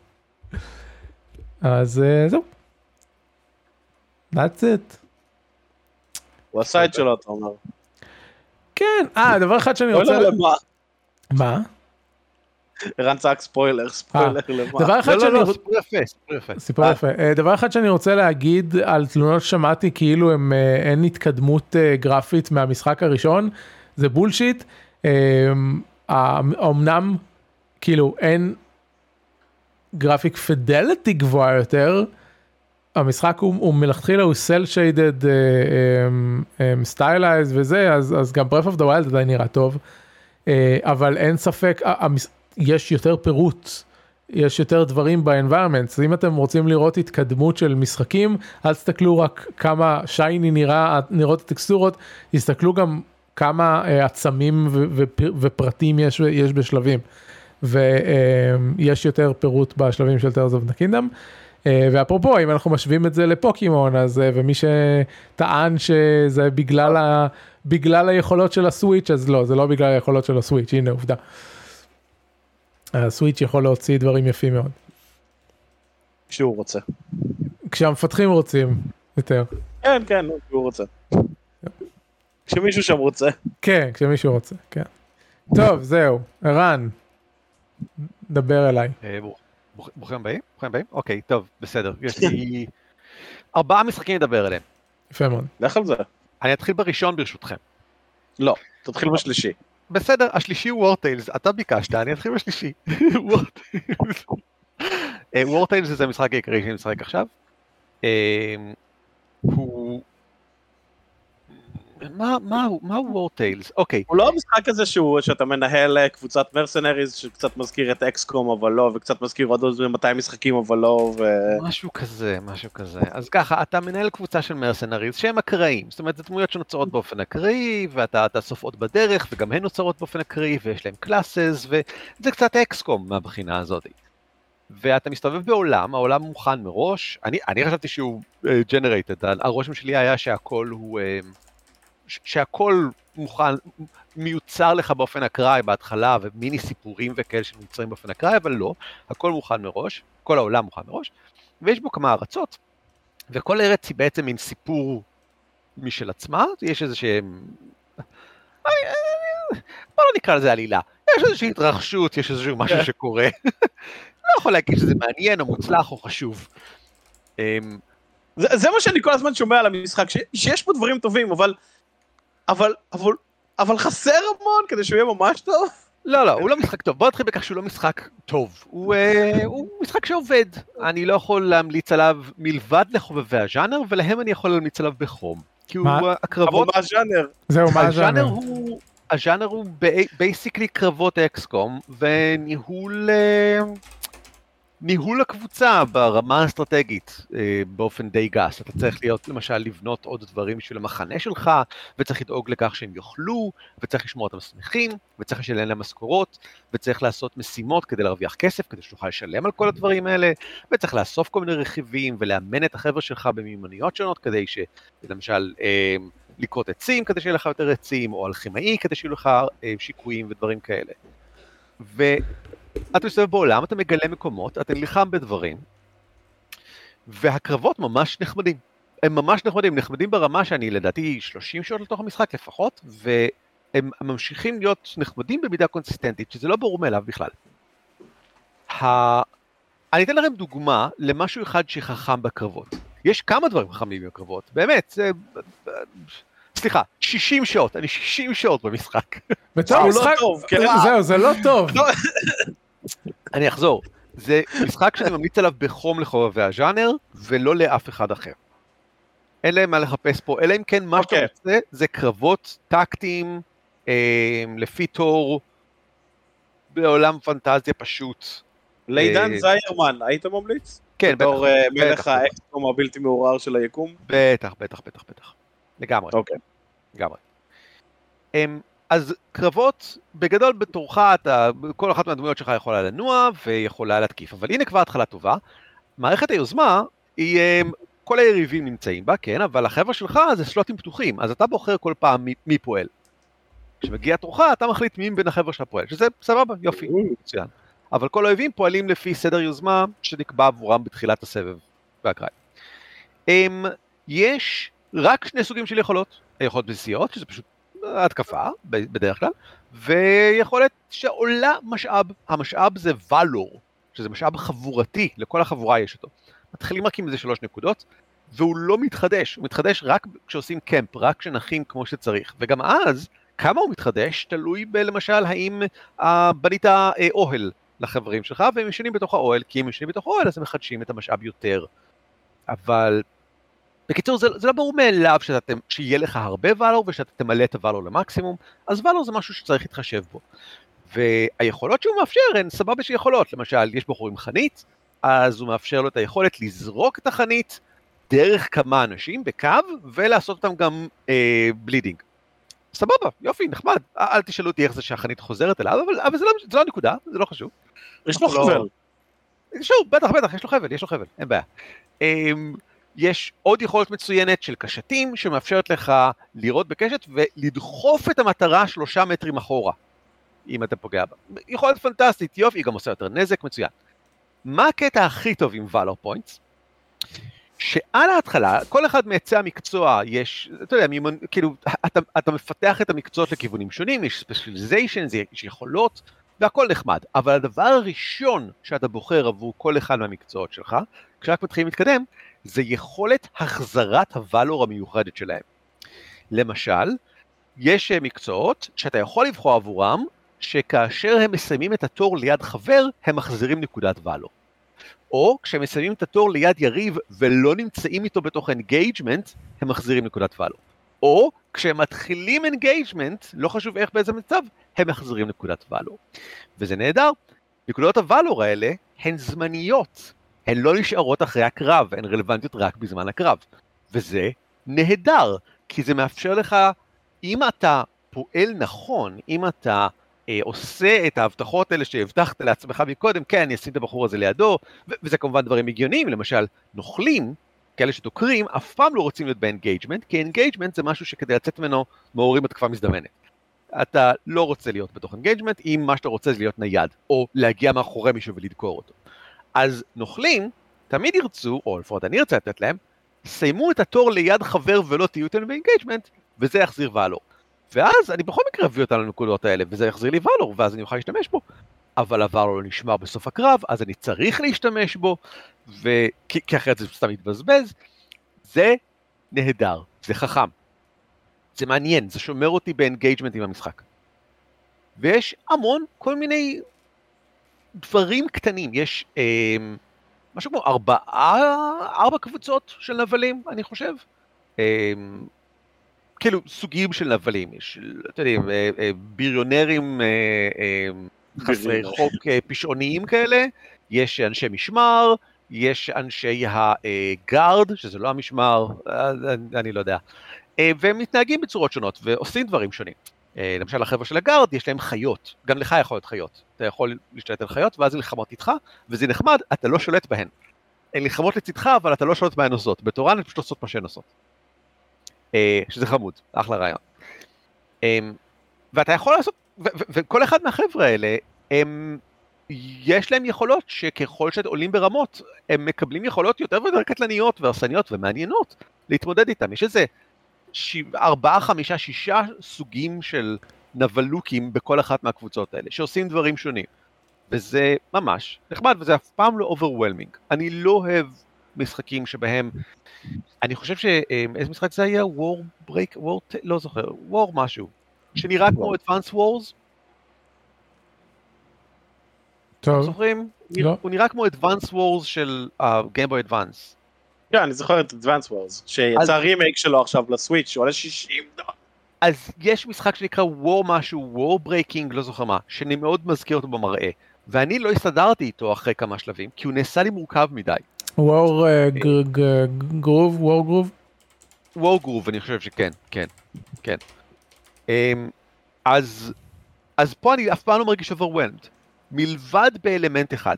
אז זהו. That's it. הוא עשה את שלו, אתה אומר. כן, דבר אחד שאני רוצה... ספוילר למה? מה? ערן צעק ספוילר למה? דבר אחד שאני... סיפור יפה. דבר אחד שאני רוצה להגיד על תלונות ששמעתי כאילו אין התקדמות גרפית מהמשחק הראשון, זה בולשיט, אמנם כאילו אין גרפיק פידליטי גבוהה יותר, המשחק הוא מלכתחילה הוא סל שיידד סטיילייז וזה, אז גם Breath of the Wild עדיין נראה טוב, אבל אין ספק, יש יותר פירוט, יש יותר דברים ב-environments, אם אתם רוצים לראות התקדמות של משחקים, אל תסתכלו רק כמה שייני נראות הטקסטורות, תסתכלו גם כמה עצמים ופרטים יש בשלבים, ויש יותר פירוט בשלבים של Tears of the Kingdom, ואפרופו, אם אנחנו משווים את זה לפוקימון, אז ומי שטען שזה בגלל היכולות של הסוויץ', אז לא, זה לא בגלל היכולות של הסוויץ', הנה עובדה. הסוויץ' יכול להוציא דברים יפים מאוד. כשהוא רוצה. כשהמפתחים רוצים יותר. כן, כשהוא רוצה. כשמישהו שם רוצה. כן, כשמישהו רוצה, כן. טוב, זהו, ערן, דבר אליי. ברוכים הבאים? אוקיי, טוב, בסדר. יש לי 4 משחקים לדבר עליהם. יפה מאוד. לך על זה. אני אתחיל בראשון ברשותכם. לא, תתחיל בשלישי. בסדר, השלישי הוא וורטיילס, אתה ביקשת, אני אתחיל בשלישי. וורטיילס זה המשחק העיקרי שאני משחק עכשיו. הוא... מה הוא וורטיילס? אוקיי. הוא לא המשחק הזה שאתה מנהל קבוצת מרסנריז שקצת מזכיר את אקסקום אבל לא, וקצת מזכיר עוד 200 משחקים אבל לא, משהו כזה. אז ככה, אתה מנהל קבוצה של מרסנריז שהם אקראיים, זאת אומרת, זה דמויות שנוצרות באופן אקראי, ואתה תאסוף עוד בדרך, וגם הן נוצרות באופן אקראי, ויש להם קלאסס, וזה קצת אקסקום מהבחינה הזאת. ואתה מסתובב בעולם, העולם מוכן מראש, אני חשבתי שהוא generated, הרושם שלי היה שהכל מוכן, מיוצר לך באופן אקראי בהתחלה, ומיני סיפורים וכאלה שמיוצרים באופן אקראי, אבל לא, הכל מוכן מראש, כל העולם מוכן מראש, ויש בו כמה ארצות, וכל ארץ היא בעצם מין סיפור משל עצמה, יש איזה שהם... בוא לא נקרא לזה עלילה, יש איזושהי התרחשות, יש איזשהו משהו שקורה, לא יכול להגיד שזה מעניין או מוצלח או חשוב. זה מה שאני כל הזמן שומע על המשחק, שיש פה דברים טובים, אבל חסר המון כדי שהוא יהיה ממש טוב. לא, הוא לא משחק טוב. בוא נתחיל בכך שהוא לא משחק טוב. הוא משחק שעובד. אני לא יכול להמליץ עליו מלבד לחובבי הז'אנר, ולהם אני יכול להמליץ עליו בחום. כי הוא הקרבות... אבל מה הז'אנר? זהו, מה הז'אנר? הז'אנר הוא בייסיקלי קרבות אקסקום, וניהול ניהול הקבוצה ברמה האסטרטגית באופן די גס. אתה צריך להיות, למשל, לבנות עוד דברים בשביל המחנה שלך, וצריך לדאוג לכך שהם יאכלו, וצריך לשמור אותם שמחים, וצריך לשלם להם משכורות, וצריך לעשות משימות כדי להרוויח כסף, כדי שתוכל לשלם על כל הדברים האלה, וצריך לאסוף כל מיני רכיבים, ולאמן את החבר'ה שלך במיומנויות שונות, כדי שלמשל לקרות עצים, כדי שיהיה לך יותר עצים, או אלכימאי, כדי שיהיו לך שיקויים ודברים כאלה. אתה מסתובב בעולם, אתה מגלה מקומות, אתה נלחם בדברים, והקרבות ממש נחמדים. הם ממש נחמדים ברמה שאני לדעתי 30 שעות לתוך המשחק לפחות, והם ממשיכים להיות נחמדים במידה קונסיסטנטית, שזה לא ברור מאליו בכלל. אני אתן לכם דוגמה למשהו אחד שחכם בקרבות. יש כמה דברים חכמים בקרבות, באמת, סליחה, 60 שעות, אני 60 שעות במשחק. זהו, זה לא טוב. אני אחזור, זה משחק שאני ממליץ עליו בחום לחובבי הז'אנר, ולא לאף אחד אחר. אין להם מה לחפש פה, אלא אם כן מה שאתה רוצה, זה קרבות טקטיים, לפי תור, בעולם פנטזיה פשוט. לידן זיירמן, היית ממליץ? כן, בטח. בתור מלך האקסקום הבלתי מעורר של היקום? בטח. לגמרי. אוקיי. לגמרי. אז קרבות, בגדול בתורך, כל אחת מהדמויות שלך יכולה לנוע ויכולה להתקיף, אבל הנה כבר התחלה טובה. מערכת היוזמה, כל היריבים נמצאים בה, כן, אבל החבר'ה שלך זה סלוטים פתוחים, אז אתה בוחר כל פעם מי פועל. כשמגיע תורך, אתה מחליט מי בין החבר'ה שלך פועל, שזה סבבה, יופי, מצוין. אבל כל האויבים פועלים לפי סדר יוזמה שנקבע עבורם בתחילת הסבב והקרב. יש רק שני סוגים של יכולות, היכולות בסיסיות, שזה פשוט התקפה, בדרך כלל, ויכולת שעולה משאב, המשאב זה ולור, שזה משאב חבורתי, לכל החבורה יש אותו. מתחילים רק עם איזה 3 נקודות, והוא לא מתחדש, הוא מתחדש רק כשעושים קמפ, רק כשנחים כמו שצריך, וגם אז, כמה הוא מתחדש, תלוי למשל האם בנית אוהל לחברים שלך, והם ישנים בתוך האוהל, כי הם ישנים בתוך האוהל, אז הם מחדשים את המשאב יותר. אבל בקיצור, זה לא ברור מאליו שיהיה לך הרבה ולור, ושאתה תמלא את הוולור למקסימום, אז ולור זה משהו שצריך להתחשב בו. והיכולות שהוא מאפשר הן סבבה שיכולות, למשל, יש בחור עם חנית, אז הוא מאפשר לו את היכולת לזרוק את החנית דרך כמה אנשים בקו, ולעשות אותם גם בלידינג. סבבה, יופי, נחמד. אל תשאלו אותי איך זה שהחנית חוזרת אליו, אבל זה לא נקודה, זה לא חשוב. יש לו חבל. שוב, בטח, יש לו חבל, אין בעיה. יש עוד יכולת מצוינת של קשתים, שמאפשרת לך לראות בקשת ולדחוף את המטרה 3 מטרים אחורה, אם אתה פוגע בה. יכולת פנטסטית, יופי, היא גם עושה יותר נזק, מצוין. מה הקטע הכי טוב עם ולור פוינטס? שעל ההתחלה, כל אחד מעצי המקצוע יש, אתה יודע, כאילו, אתה מפתח את המקצועות לכיוונים שונים, יש ספציאליזיישן, יש יכולות, והכל נחמד. אבל הדבר הראשון שאתה בוחר עבור כל אחד מהמקצועות שלך, כשרק מתחילים להתקדם, זה יכולת החזרת הוולור המיוחדת שלהם. למשל, יש מקצועות שאתה יכול לבחור עבורם, שכאשר הם מסיימים את התור ליד חבר, הם מחזירים נקודת ולור. או כשהם מסיימים את התור ליד יריב ולא נמצאים איתו בתוך אנגייג'מנט, הם מחזירים נקודת ולור. או כשהם מתחילים אנגייג'מנט, לא חשוב איך באיזה מצב, הם מחזירים נקודת ולור. וזה נהדר. נקודות הוולור האלה הן זמניות. הן לא נשארות אחרי הקרב, הן רלוונטיות רק בזמן הקרב. וזה נהדר, כי זה מאפשר לך, אם אתה פועל נכון, אם אתה עושה את ההבטחות האלה שהבטחת לעצמך מקודם, כן, אני אשים את הבחור הזה לידו, וזה כמובן דברים הגיוניים, למשל, נוכלים, כאלה שדוקרים, אף פעם לא רוצים להיות באנגייג'מנט, כי אנגייג'מנט זה משהו שכדי לצאת ממנו מעוררים התקפה מזדמנת. אתה לא רוצה להיות בתוך אנגייג'מנט, אם מה שאתה רוצה זה להיות נייד, או להגיע מאחורי מישהו ולדקור אותו. אז נוכלים, תמיד ירצו, או לפחות אני ארצה לתת להם, סיימו את התור ליד חבר ולא תהיו איתנו באנגייג'מנט, וזה יחזיר ולור. ואז אני בכל מקרה אביא אותנו לנקודות האלה, וזה יחזיר לי ולור, ואז אני אוכל להשתמש בו. אבל הוולור לא נשמר בסוף הקרב, אז אני צריך להשתמש בו, כי אחרת זה סתם מתבזבז. זה נהדר, זה חכם. זה מעניין, זה שומר אותי באנגייג'מנט עם המשחק. ויש המון כל מיני דברים קטנים, יש משהו כמו 4 קבוצות של נבלים, אני חושב. כאילו סוגים של נבלים, יש, אתם יודעים, בריונרים חסרי חוק פשעוניים כאלה, יש אנשי משמר, יש אנשי הגארד, שזה לא המשמר, אני לא יודע, והם מתנהגים בצורות שונות ועושים דברים שונים. למשל החבר'ה של הגארד יש להם חיות, גם לך יכול להיות חיות, אתה יכול להשתלט על חיות ואז ללחמות איתך, וזה נחמד, אתה לא שולט בהן. הן ללחמות לצדך, אבל אתה לא שולט בהן עושות, בתורן הן פשוט עושות מה שהן עושות. שזה חמוד, אחלה רעיון. ואתה יכול לעשות, וכל אחד מהחבר'ה האלה, יש להם יכולות שככל שאתם עולים ברמות, הם מקבלים יכולות יותר ויותר קטלניות והרסניות ומעניינות להתמודד איתם. יש איזה 4, 5, 6 סוגים של נבלוקים בכל אחת מהקבוצות האלה, שעושים דברים שונים. וזה ממש נחמד, וזה אף פעם לא אוברוולמינג. אני לא אוהב משחקים שבהם, אני חושב שאיזה משחק זה היה? War Break, לא זוכר, War משהו, שנראה כמו Advance Wars. טוב. זוכרים? לא. הוא נראה כמו Advance Wars של Game Boy Advance. כן, אני זוכר את Advance Wars, שיצא רימייק שלו עכשיו לסוויץ', שעולה $60. אז יש משחק שנקרא War משהו, War Breaking, לא זוכר מה, שאני מאוד מזכיר אותו במראה, ואני לא הסתדרתי איתו אחרי כמה שלבים, כי הוא נעשה לי מורכב מדי. War Groove? War Groove, אני חושב שכן, כן. אז פה אני אף פעם לא מרגיש overwhelmed, מלבד באלמנט אחד.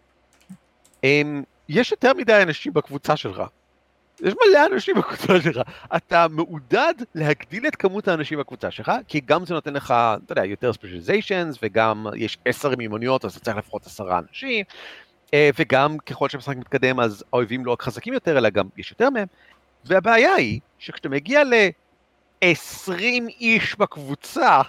יש יותר מדי אנשים בקבוצה שלך. יש מלא אנשים בקבוצה שלך. אתה מעודד להגדיל את כמות האנשים בקבוצה שלך, כי גם זה נותן לך, אתה יודע, יותר specializations, וגם יש 10 מימוניות, אז אתה צריך לפחות 10 אנשים, וגם ככל שהמשחק מתקדם, אז האויבים לא רק חזקים יותר, אלא גם יש יותר מהם. והבעיה היא, שכשאתה מגיע ל-20 איש בקבוצה,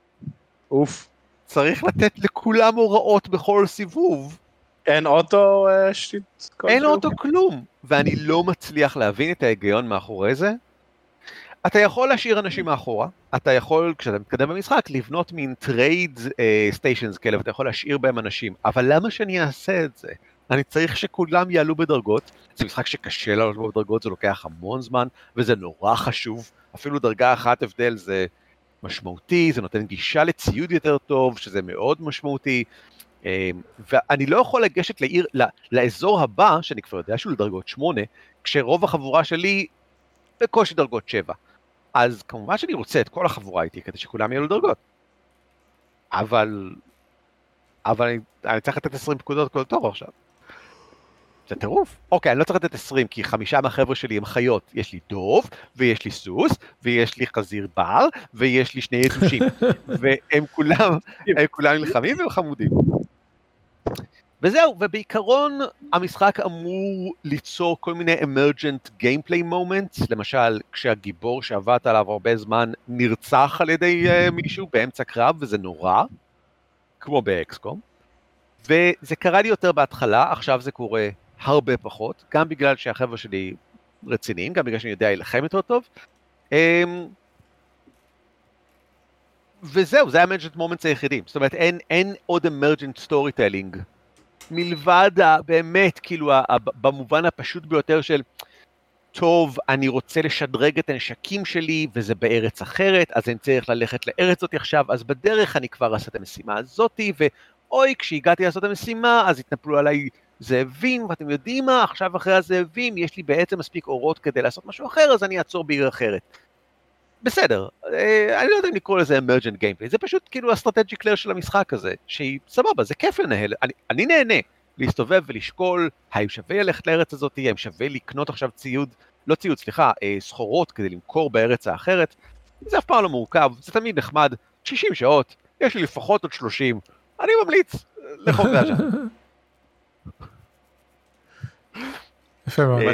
צריך לתת לכולם הוראות בכל סיבוב. אין אוטו שיט? אין אוטו כלום, ואני לא מצליח להבין את ההיגיון מאחורי זה. אתה יכול להשאיר אנשים מאחורה, אתה יכול, כשאתה מתקדם במשחק, לבנות מין טרייד סטיישנס כאלה, ואתה יכול להשאיר בהם אנשים, אבל למה שאני אעשה את זה? אני צריך שכולם יעלו בדרגות, זה משחק שקשה לעלות בדרגות, זה לוקח המון זמן, וזה נורא חשוב, אפילו דרגה אחת הבדל זה משמעותי, זה נותן גישה לציוד יותר טוב, שזה מאוד משמעותי, ואני לא יכול לגשת לאזור הבא, שאני כבר יודע שהוא לדרגות 8, כשרוב החבורה שלי בקושי דרגות 7. אז כמובן שאני רוצה את כל החבורה איתי, כדי שכולם יהיו לדרגות. אבל אני צריך לתת 20 פקודות כל תור עכשיו. זה טירוף. אוקיי, אני לא צריך לתת 20, כי 5 מהחבר'ה שלי הם חיות. יש לי דוב, ויש לי סוס, ויש לי חזיר בר, ויש לי 2 יתושים. והם כולם נלחמים והם חמודים. וזהו, ובעיקרון המשחק אמור ליצור כל מיני emergent gameplay moments, למשל כשהגיבור שעבדת עליו הרבה זמן נרצח על ידי מישהו באמצע קרב, וזה נורא, כמו באקסקום, וזה קרה לי יותר בהתחלה, עכשיו זה קורה הרבה פחות, גם בגלל שהחבר'ה שלי רציניים, גם בגלל שאני יודע להילחם יותר טוב, וזהו, זה ה-emergent moments היחידים, זאת אומרת אין עוד emergent storytelling, מלבד באמת, כאילו, במובן הפשוט ביותר של, טוב, אני רוצה לשדרג את הנשקים שלי, וזה בארץ אחרת, אז אני צריך ללכת לארץ זאת עכשיו, אז בדרך אני כבר אעשה את המשימה הזאתי, ואוי, כשהגעתי לעשות את המשימה, אז התנפלו עליי זאבים, ואתם יודעים מה, עכשיו אחרי הזאבים, יש לי בעצם מספיק אורות כדי לעשות משהו אחר, אז אני אעצור בעיר אחרת. בסדר, אני לא יודע אם לקרוא לזה emergent gameplay, זה פשוט כאילו הסטרטג'יק לר של המשחק הזה, שהיא סבבה, זה כיף לנהל, אני נהנה להסתובב ולשקול, האם שווה ללכת לארץ הזאת, האם שווה לקנות עכשיו סחורות כדי למכור בארץ האחרת, זה אף פעם לא מורכב, זה תמיד נחמד, 60 שעות, יש לי לפחות עוד 30, אני ממליץ לחוק ראשון. יפה מאוד.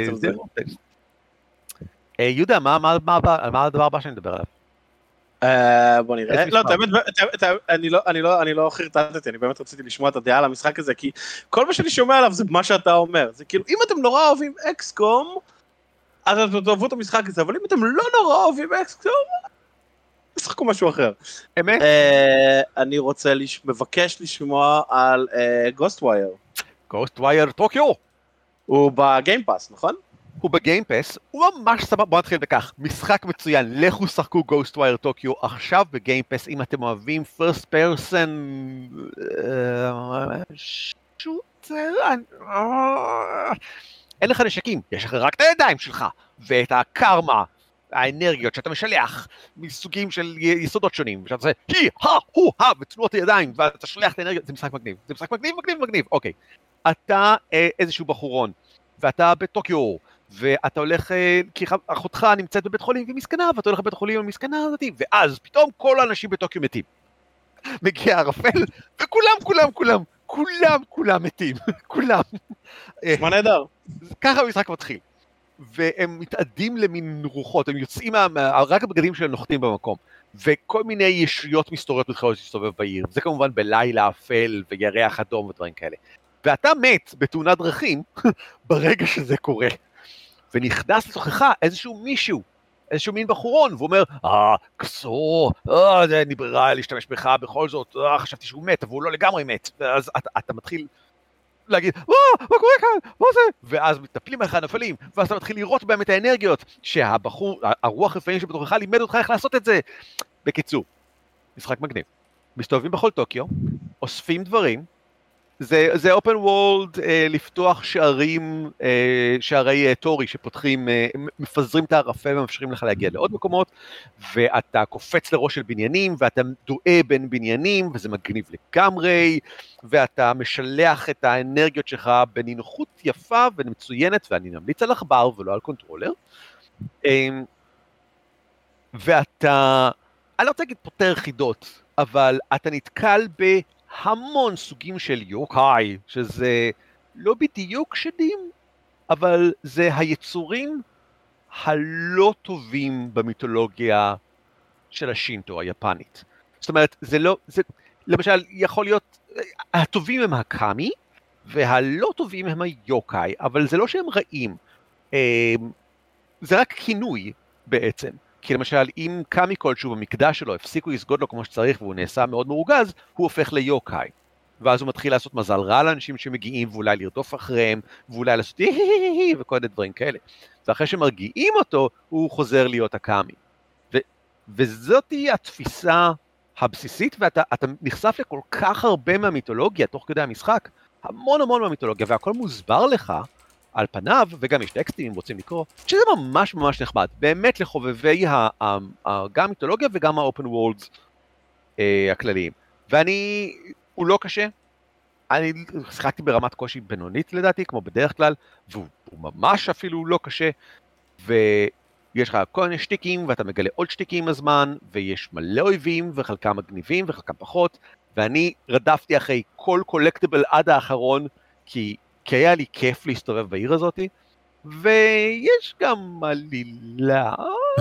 יהודה, מה הדבר הבא שאני מדבר עליו? בוא נראה, לא, אני לא חרטטתי, אני באמת רציתי לשמוע את הדעה על המשחק הזה, כי כל מה שאני שומע עליו זה מה שאתה אומר, זה כאילו, אם אתם נורא אוהבים אקסקום, אז אתם תאהבו את המשחק הזה, אבל אם אתם לא נורא אוהבים אקסקום, תשחקו משהו אחר. אמת? אני מבקש לשמוע על Ghostwire. Ghostwire טוקיו. הוא בגיימפאס, נכון? הוא בגיימפס, הוא ממש סבבה, בוא נתחיל בכך, משחק מצוין, לכו שחקו Ghostwire טוקיו עכשיו בגיימפס, אם אתם אוהבים first person שוטר, אין לך נשקים, יש לך רק את הידיים שלך, ואת הקרמה, האנרגיות שאתה משלח, מסוגים של יסודות שונים, ושאתה עושה ותנועות הידיים, ואתה שולח את האנרגיות, זה משחק מגניב, זה משחק מגניב, אוקיי. אתה איזשהו בחורון, ואתה בטוקיו, ואתה הולך, כי אחותך נמצאת בבית חולים והיא מסכנה, ואתה הולך לבית חולים עם המסכנה הזאת, ואז פתאום כל האנשים בטוקיו מתים. מגיע ערפל, וכולם מתים, כולם. מה נהדר. ככה המשחק מתחיל. והם מתאדים למין רוחות, הם יוצאים, רק הבגדים שלהם נוחתים במקום, וכל מיני ישויות מסתוריות מתחילות להסתובב בעיר, זה כמובן בלילה אפל וירח אדום ודברים כאלה. ואתה מת בתאונת דרכים ברגע שזה קורה. ונכנס לתוכך איזשהו מישהו, איזשהו מין בחורון, והוא אומר, כסו, זה נברא להשתמש בך בכל זאת, חשבתי שהוא מת, אבל הוא לא לגמרי מת. ואז אתה מתחיל להגיד, מה קורה כאן? מה זה? ואז מטפלים עליך נפלים, ואז אתה מתחיל לראות בהם את האנרגיות, שהבחור, הרוח רפאים שבתוכך לימד אותך איך לעשות את זה. בקיצור, משחק מגניב. מסתובבים בכל טוקיו, אוספים דברים, זה open world, לפתוח שערי טורי שפותחים, מפזרים את הערפה ומאפשרים לך להגיע לעוד מקומות, ואתה קופץ לראש של בניינים, ואתה דועה בין בניינים, וזה מגניב לגמרי, ואתה משלח את האנרגיות שלך בנינוחות יפה ומצוינת, ואני ממליץ על עכבר ולא על קונטרולר, ואתה, אני לא רוצה להגיד פותר חידות, אבל אתה נתקל המון סוגים של יוקאי, שזה לא בדיוק שדים, אבל זה היצורים הלא טובים במיתולוגיה של השינטו היפנית. זאת אומרת, זה לא, זה, למשל, יכול להיות, הטובים הם הקאמי, והלא טובים הם היוקאי, אבל זה לא שהם רעים, זה רק כינוי בעצם. כי למשל, אם קאמי כלשהו במקדש שלו, הפסיקו לסגוד לו כמו שצריך, והוא נעשה מאוד מרוגז, הוא הופך ליוקאי. ואז הוא מתחיל לעשות מזל רע לאנשים שמגיעים, ואולי לרדוף אחריהם, ואולי לעשות וכל מיני דברים כאלה. ואחרי שמרגיעים אותו, הוא חוזר להיות הקאמי. וזאת היא התפיסה הבסיסית, ואתה נחשף לכל כך הרבה מהמיתולוגיה, תוך כדי המשחק, המון מהמיתולוגיה, והכל מוסבר לך, על פניו, וגם יש טקסטים אם רוצים לקרוא, שזה ממש נחמד, באמת לחובבי גם המיתולוגיה וגם האופן וורלדס הכלליים. הוא לא קשה, אני שיחקתי ברמת קושי בינונית לדעתי, כמו בדרך כלל, והוא ממש אפילו לא קשה, ויש לך כל מיני שטיקים, ואתה מגלה עוד שטיקים עם הזמן, ויש מלא אויבים, וחלקם מגניבים, וחלקם פחות, ואני רדפתי אחרי כל קולקטיבל עד האחרון, כי היה לי כיף להסתובב בעיר הזאת, ויש גם עלילה,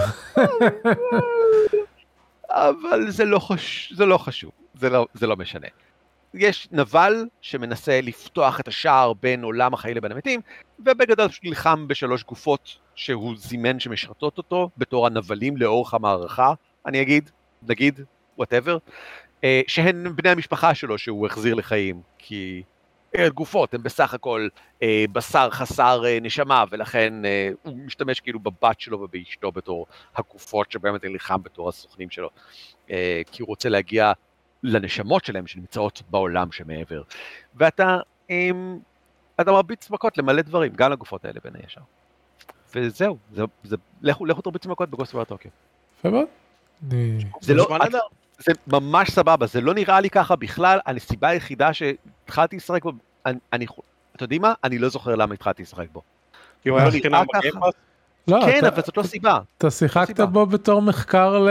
אבל זה לא חשוב, זה לא משנה. יש נבל שמנסה לפתוח את השער בין עולם החיים לבין המתים, ובגדול נלחם בשלוש גופות שהוא זימן שמשרתות אותו, בתור הנבלים לאורך המערכה, אני נגיד, whatever, שהן בני המשפחה שלו שהוא החזיר לחיים, כי גופות הן בסך הכל בשר חסר נשמה, ולכן הוא משתמש כאילו בבת שלו ובאשתו בתור הגופות שבאמת נלחם בתור הסוכנים שלו, כי הוא רוצה להגיע לנשמות שלהם שנמצאות בעולם שמעבר. ואתה מרביץ מכות למלא דברים, גם לגופות האלה בין הישר. וזהו, לכו תרביץ מכות בגוסטווייר טוקיו. סבבה? זה ממש סבבה, זה לא נראה לי ככה בכלל, הסיבה היחידה שהתחלתי לשחק בו, אתה יודעים מה? אני לא זוכר למה התחלתי לשחק בו. כי הוא היה חינם בגיימפאס? כן, אבל זאת לא סיבה. אתה שיחקת בו בתור מחקר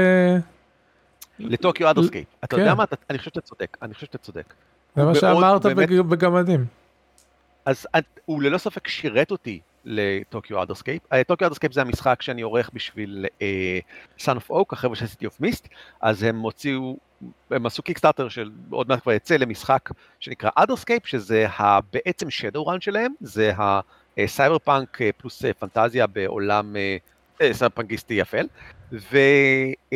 לטוקיו אדרסקייפ. אתה יודע מה? אני חושב שאתה צודק. זה מה שאמרת בגמדים. אז הוא ללא ספק שירת אותי לטוקיו אדרסקייפ. טוקיו אדרסקייפ זה המשחק שאני עורך בשביל Son of Oak, החבר'ה של City of Mist, אז הם עשו קיקסטארטר של עוד מעט כבר יצא למשחק שנקרא אדרסקייפ, שזה בעצם Shadowrun שלהם, זה הסייבר פאנק פלוס פנטזיה בעולם סייבר פאנקיסטי אפל,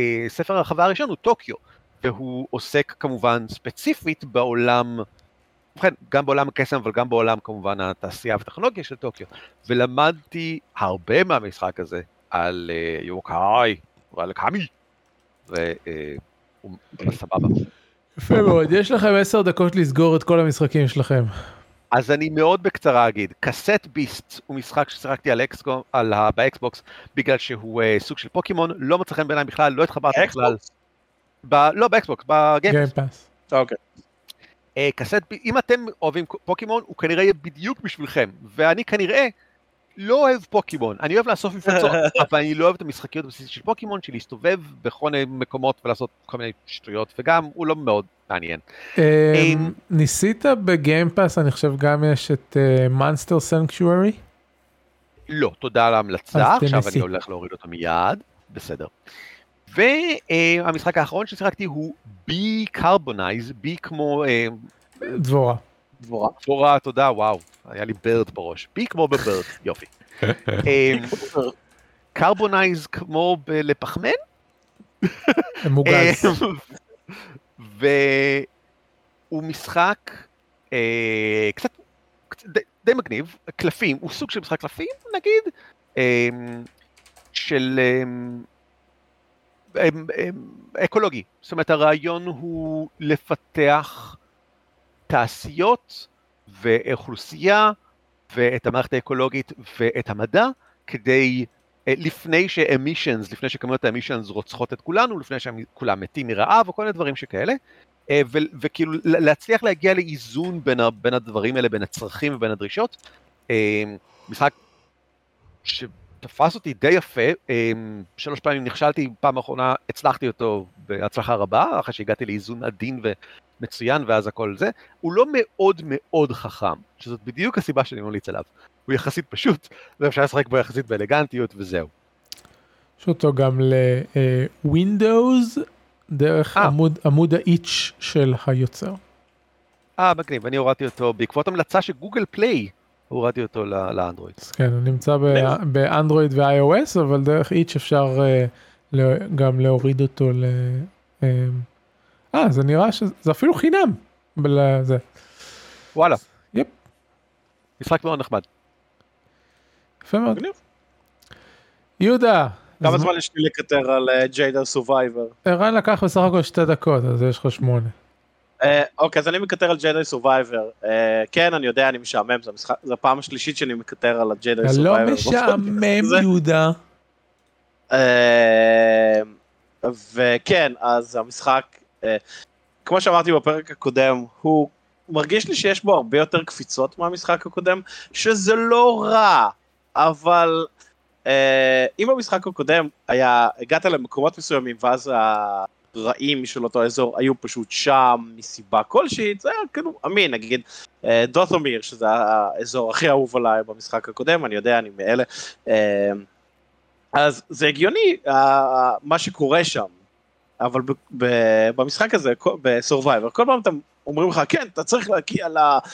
וספר הרחבה הראשון הוא טוקיו, והוא עוסק כמובן ספציפית בעולם ובכן, גם בעולם הקסם, אבל גם בעולם כמובן התעשייה והטכנולוגיה של טוקיו, ולמדתי הרבה מהמשחק הזה על יוקאי ועל קאמי, והוא סבבה. יפה מאוד, יש לכם 10 דקות לסגור את כל המשחקים שלכם. אז אני מאוד בקצרה אגיד, קסט ביסט הוא משחק ששיחקתי באקסבוקס, בגלל שהוא סוג של פוקימון, לא מצא חן בעיניי בכלל, לא התחברתי בכלל. לא באקסבוקס, בגיימפאס. אוקיי. אם אתם אוהבים פוקימון, הוא כנראה יהיה בדיוק בשבילכם, ואני כנראה לא אוהב פוקימון, אני אוהב לאסוף מפלצות, אבל אני לא אוהב את המשחקיות הבסיסית של פוקימון, של להסתובב בכל מיני מקומות ולעשות כל מיני שטויות, וגם הוא לא מאוד מעניין. ניסית בגיימפאס, אני חושב גם יש את Monster Sanctuary? לא, תודה על ההמלצה, עכשיו אני הולך להוריד אותו מיד, בסדר. והמשחק האחרון ששיחקתי הוא בי קרבונייז, בי כמו... דבורה. דבורה, תודה, וואו, היה לי בירד בראש. בי כמו בבירד, יופי. קרבונייז כמו לפחמן? מוגז. והוא משחק קצת די מגניב, קלפים, הוא סוג של משחק קלפים, נגיד, של... אקולוגי, זאת אומרת הרעיון הוא לפתח תעשיות ואוכלוסייה ואת המערכת האקולוגית ואת המדע כדי לפני שכמויות האמישנס רוצחות את כולנו, לפני שכולם מתים מרעב וכל מיני דברים שכאלה, וכאילו להצליח להגיע לאיזון בין הדברים האלה, בין הצרכים ובין הדרישות. משחק תפס אותי די יפה, 3 פעמים נכשלתי, פעם האחרונה הצלחתי אותו בהצלחה רבה, אחרי שהגעתי לאיזון עדין ומצוין ואז הכל זה, הוא לא מאוד מאוד חכם, שזאת בדיוק הסיבה שאני ממליץ עליו, הוא יחסית פשוט, ואפשר לשחק בו יחסית באלגנטיות וזהו. יש אותו גם ל-Windows, דרך עמוד ה-itch של היוצר. מגניב, אני הורדתי אותו בעקבות המלצה של גוגל פליי, הורדתי אותו לאנדרואיד. כן, הוא נמצא באנדרואיד ו-iOS, אבל דרך איץ' אפשר גם להוריד אותו זה נראה שזה אפילו חינם. וואלה. יפ. משחק מאוד נחמד. יפה מאוד. יהודה. כמה זמן יש לי לקטר על ג'יידר סורווייבר? ערן לקח בסך הכל 2 דקות, אז יש לך 8. אוקיי, אז אני מקטר על ג'יידי סורווייבר. כן, אני יודע, אני משעמם, זו הפעם השלישית שאני מקטר על ג'יידי סורווייבר. לא משעמם, יהודה. וכן, אז המשחק, כמו שאמרתי בפרק הקודם, הוא מרגיש לי שיש בו הרבה יותר קפיצות מהמשחק הקודם, שזה לא רע, אבל אם במשחק הקודם הגעת למקומות מסוימים, ואז רעים של אותו אזור היו פשוט שם מסיבה כלשהי, זה היה כאילו אמין, נגיד דות'ומיר, שזה האזור הכי אהוב עליי במשחק הקודם, אני יודע, אני מאלה, אז זה הגיוני מה שקורה שם, אבל במשחק הזה, בסורווייבר, כל פעם אתם אומרים לך, כן, אתה צריך להגיע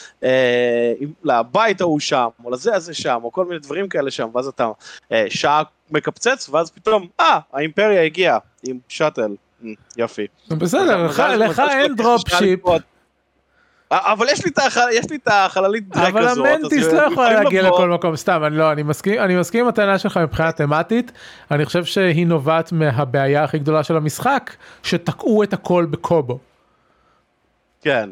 לבית ההוא שם, או לזה הזה שם, או כל מיני דברים כאלה שם, ואז אתה שעה מקפצץ, ואז פתאום, האימפריה הגיעה עם שאטל, יופי. בסדר, לך אין דרופ שיפ. אבל יש לי את החללית דרק הזאת. אבל המנטיס לא יכולה להגיע לכל מקום, סתם, אני מסכים עם הטענה שלך מבחינה תמטית, אני חושב שהיא נובעת מהבעיה הכי גדולה של המשחק, שתקעו את הכל בקובו. כן.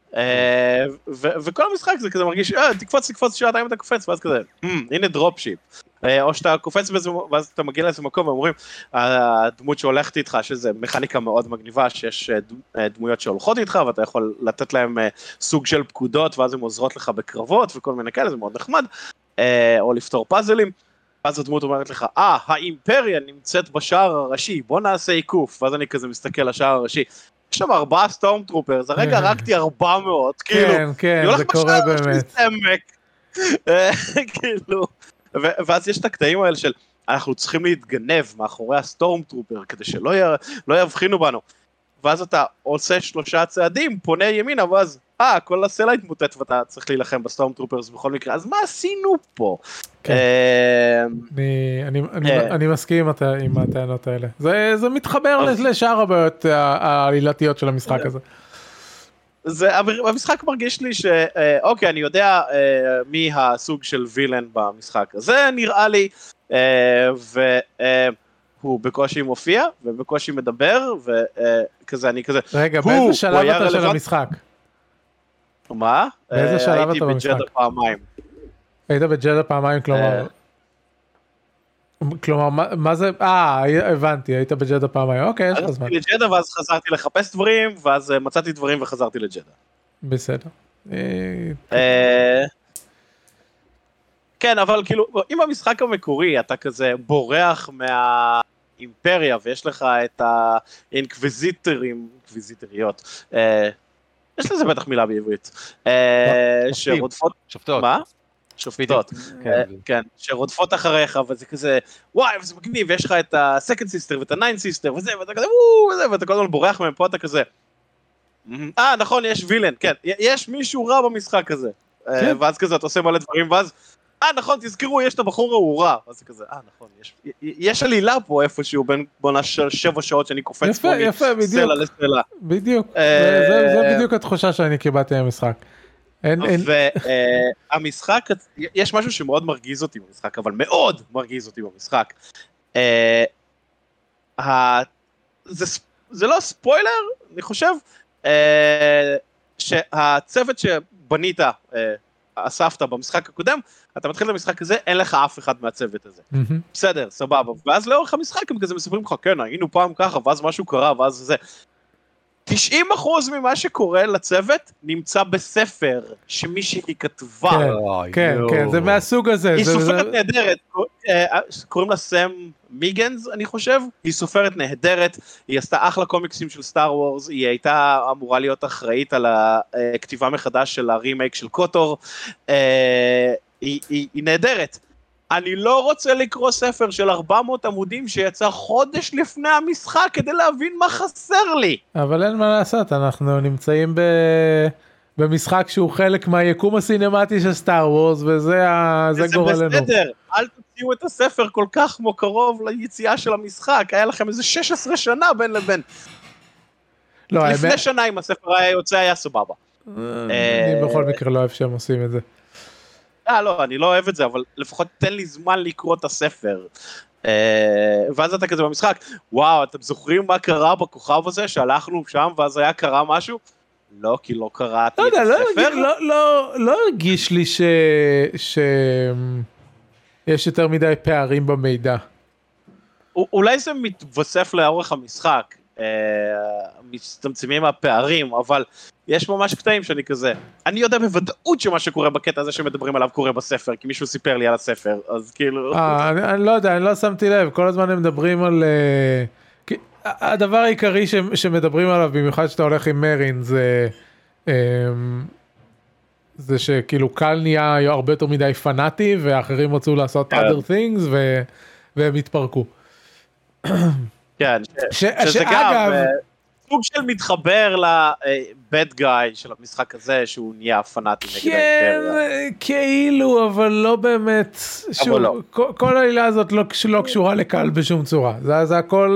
וכל המשחק זה כזה מרגיש, תקפוץ שעתיים אתה קופץ, ואז כזה, הנה דרופ שיפ. או שאתה קופץ בזה, ואז אתה מגיע לאיזה מקום, ואומרים, הדמות שהולכת איתך, שזה מכניקה מאוד מגניבה, שיש דמויות שהולכות איתך, ואתה יכול לתת להם סוג של פקודות, ואז הן עוזרות לך בקרבות, וכל מיני כאלה, זה מאוד נחמד, או לפתור פאזלים, ואז הדמות אומרת לך, האימפריה נמצאת בשער הראשי, בוא נעשה עיקוף, ואז אני כזה מסתכל לשער הראשי, יש שם 4 סטורם טרופרס, הרגע הרגתי 400, כאילו, כן, זה קורה באמת. כאילו, ואז יש את הקטעים האלה של, אנחנו צריכים להתגנב מאחורי הסטורם טרופר, כדי שלא יבחינו בנו, ואז אתה עושה 3 צעדים, פונה ימינה, ואז, כל הסלע התמוטט, ואתה צריך להילחם בסטורם טרופרס בכל מקרה, אז מה עשינו פה? אני מסכים עם הטענות האלה, זה מתחבר לשאר הבעיות העלילתיות של המשחק הזה. המשחק מרגיש לי שאוקיי, אני יודע מי הסוג של וילן במשחק הזה, נראה לי, והוא בקושי מופיע, ובקושי מדבר, וכזה, אני כזה... רגע, באיזה שלב אתה של המשחק? מה? באיזה שלב אתה במשחק? הייתי בג'דה פעמיים. היית בג'דה פעמיים, כלומר, מה זה? הבנתי, היית בג'דה פעמיים, אוקיי, יש לך זמן. הלכתי לג'דה, ואז חזרתי לחפש דברים, ואז מצאתי דברים וחזרתי לג'דה. בסדר. כן, אבל כאילו, אם במשחק המקורי אתה כזה בורח מהאימפריה, ויש לך את האינקוויזיטוריות, יש לזה בטח מילה בעברית, שרודפות... שופטות. מה? שופטות, כן, שרודפות אחריך, וזה כזה, וואי, וזה מגניב, ויש לך את ה-second sister ואת ה-9 sister, וזה, ואתה כזה, ואתה כל הזמן בורח מהם, פה אתה כזה, נכון, יש וילן, כן, יש מישהו רע במשחק הזה, ואז כזה, אתה עושה מלא דברים, ואז, נכון, תזכרו, יש את הבחור ההוא רע, אז זה כזה, נכון, יש עלילה פה איפשהו, בין בונה 7 שעות שאני קופץ פה מסלע לסלע. בדיוק, זה בדיוק התחושה שאני קיבלתי במשחק. והמשחק, יש משהו שמאוד מרגיז אותי במשחק, אבל מאוד מרגיז אותי במשחק. זה לא ספוילר, אני חושב, שהצוות שבנית, אספת במשחק הקודם, אתה מתחיל את המשחק הזה, אין לך אף אחד מהצוות הזה. בסדר, סבבה. ואז לאורך המשחק הם כזה מספרים לך, כן, היינו פעם ככה, ואז משהו קרה, ואז זה. 90% ממה שקורה לצוות נמצא בספר שמישהי כתבה. כן, כן, זה מהסוג הזה. היא סופרת נהדרת, קוראים לה סם מיגנס, אני חושב. היא סופרת נהדרת, היא עשתה אחלה קומיקסים של סטאר וורס, היא הייתה אמורה להיות אחראית על הכתיבה מחדש של הרימייק של קוטור. היא נהדרת. אני לא רוצה לקרוא ספר של 400 עמודים שיצא חודש לפני המשחק כדי להבין מה חסר לי. אבל אין מה לעשות, אנחנו נמצאים במשחק שהוא חלק מהיקום הסינמטי של סטאר וורס, וזה גורלנו. זה בסדר, אל תוציאו את הספר כל כך קרוב ליציאה של המשחק, היה לכם איזה 16 שנה בין לבין. לפני שנה אם הספר היה יוצא היה סבבה. אני בכל מקרה לא אוהב שהם עושים את זה. לא, אני לא אוהב את זה, אבל לפחות תן לי זמן לקרוא את הספר. ואז אתה כזה במשחק, וואו, אתם זוכרים מה קרה בכוכב הזה, שהלכנו שם ואז היה קרה משהו? לא, כי לא קראתי את הספר. לא הרגיש לי שיש יותר מדי פערים במידע. אולי זה מתווסף לאורך המשחק, מצטמצמים הפערים, אבל יש ממש קטעים שאני כזה, אני יודע בוודאות שמה שקורה בקטע הזה שמדברים עליו קורה בספר, כי מישהו סיפר לי על הספר, אז כאילו... אני לא יודע, אני לא שמתי לב, כל הזמן הם מדברים על... הדבר העיקרי שמדברים עליו, במיוחד שאתה הולך עם מרין, זה שכאילו קל נהיה הרבה יותר מדי פנאטי, ואחרים רצו לעשות other things, והם התפרקו. כן, שזה גם סוג של מתחבר לבד גאי של המשחק הזה, שהוא נהיה פנאטי נגד האימפריה. כן, כאילו, אבל לא באמת, כל העילה הזאת לא קשורה לקהל בשום צורה, זה הכל,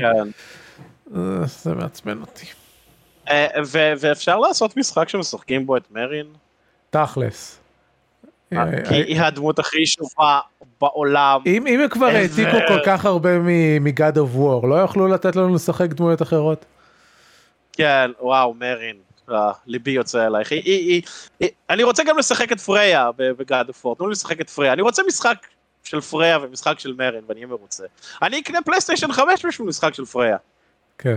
זה מעצבן אותי. ואפשר לעשות משחק שמשחקים בו את מרין? תכלס. כי היא הדמות הכי שובה בעולם. אם הם כבר העתיקו כל כך הרבה מ-God of War, לא יוכלו לתת לנו לשחק דמויות אחרות? כן, וואו, מרין, ליבי יוצא אלייך. אני רוצה גם לשחק את פריה ב-God of War, תנו לי לשחק את פריה. אני רוצה משחק של פריה ומשחק של מרין, ואני אהיה מרוצה. אני אקנה פלייסטיישן 5 בשביל משחק של פריה. כן.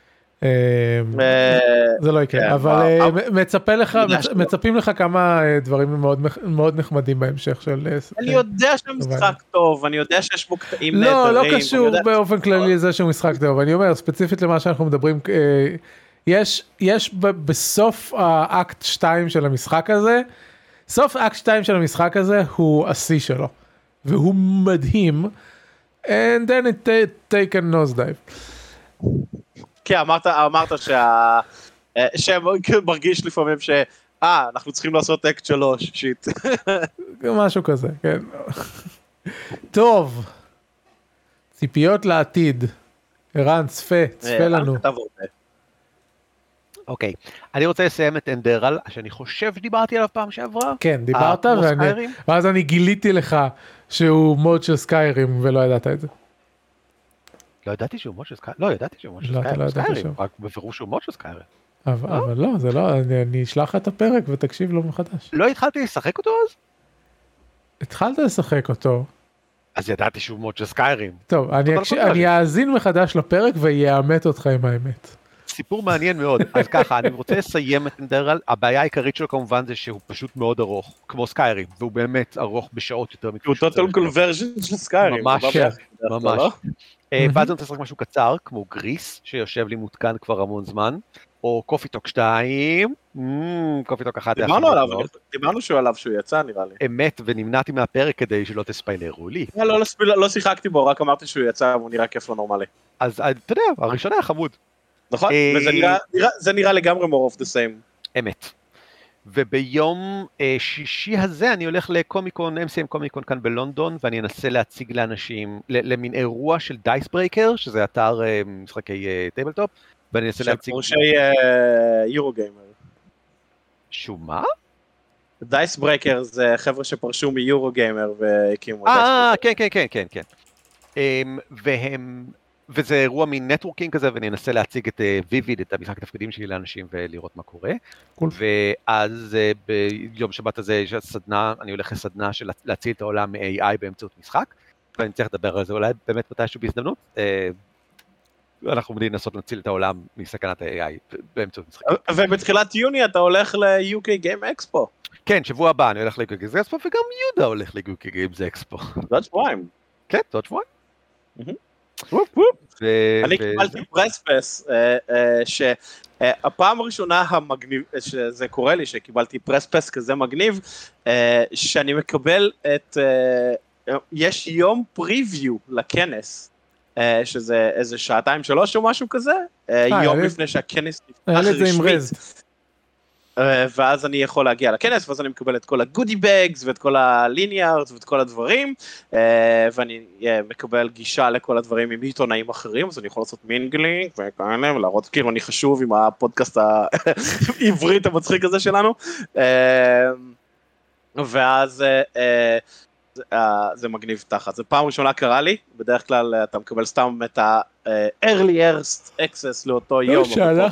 זה לא יקרה, אבל מצפים לך כמה דברים מאוד נחמדים בהמשך של... אני יודע שהמשחק טוב, אני יודע שיש בו קטעים נהדרים. לא קשור באופן כללי לזה שהוא משחק טוב, אני אומר ספציפית למה שאנחנו מדברים, יש בסוף האקט 2 של המשחק הזה, סוף אקט 2 של המשחק הזה הוא השיא שלו, והוא מדהים, and then it take a nosedive. כן, אמרת שמרגיש לפעמים אנחנו צריכים לעשות אקט 3, שיט. משהו כזה, כן. טוב, ציפיות לעתיד. ערן, צפה לנו. אוקיי, אני רוצה לסיים את אנדרל, שאני חושב שדיברתי עליו פעם שעברה. כן, דיברת, ואז אני גיליתי לך שהוא מוד של סקיירים, ולא ידעת את זה. לא ידעתי שהוא מוד של סקיירים, לא ידעתי שהוא מוד של סקיירים, רק בפירוש שהוא מוד של סקיירים. אבל לא, זה לא, אני אשלח את הפרק ותקשיב לו מחדש. לא התחלתי לשחק אותו אז? התחלת לשחק אותו. אז ידעתי שהוא מוד של סקיירים. טוב, אני אאזין מחדש לפרק ויאמת אותך עם האמת. סיפור מעניין מאוד. אז ככה, אני רוצה לסיים את אנדרל. הבעיה העיקרית שלו כמובן זה שהוא פשוט מאוד ארוך, כמו סקיירים, והוא באמת ארוך בשעות יותר הוא total conversion של סקיירים. ממש, ממש. ואז אני רוצה לשחק משהו קצר, כמו גריס, שיושב לי מותקן כבר המון זמן, או קופיטוק 2, קופיטוק 1. דיברנו שהוא עליו שהוא יצא נראה לי. אמת, ונמנעתי מהפרק כדי שלא תספיילרו לי. לא שיחקתי בו, רק אמרתי שהוא יצא והוא נראה כיף לא נורמלי. אז אתה יודע, הראשון היה חמוד. נכון, וזה נראה לגמרי more of the same. אמת. וביום שישי הזה אני הולך לקומיקון, MCM קומיקון כאן בלונדון, ואני אנסה להציג לאנשים, למין אירוע של דייס ברייקר, שזה אתר משחקי טייבלטופ, ואני אנסה להציג... שפורשי יורוגיימר. שהוא מה? דייס ברייקר זה חבר'ה שפרשו מיורוגיימר והקימו דייס ברייקר. כן. וזה אירוע מנטוורקינג כזה, ואני אנסה להציג את ויביד, את המשחק התפקידים שלי לאנשים ולראות מה קורה. ואז ביום שבת הזה יש סדנה, אני הולך לסדנה של להציל את העולם מ-AI באמצעות משחק, ואני צריך לדבר על זה אולי באמת מתישהו בהזדמנות. אנחנו עומדים לנסות להציל את העולם מסכנת ה-AI באמצעות משחק. ובתחילת יוני אתה הולך ל-UK Game Expo. כן, שבוע הבא אני הולך ל-UK Games Expo, וגם יהודה הולך ל-UK Games Expo. זאת שבועיים. כן, זאת שבועיים. אני קיבלתי פרספס, שהפעם הראשונה המגניב, שזה קורה לי, שקיבלתי פרספס כזה מגניב, שאני מקבל את, יש יום פריוויו לכנס, שזה איזה 2-3 או משהו כזה, יום לפני שהכנס נפתח רשמית. ואז אני יכול להגיע לכנס, ואז אני מקבל את כל הגודי בגס, ואת כל הליניארס, ואת כל הדברים, ואני מקבל גישה לכל הדברים עם עיתונאים אחרים, אז אני יכול לעשות מינגלינג, וכאלה, ולהראות כאילו אני חשוב עם הפודקאסט העברית המצחיק הזה שלנו, ואז זה מגניב תחת. זה פעם ראשונה קרה לי, בדרך כלל אתה מקבל סתם את ה-early access לאותו יום,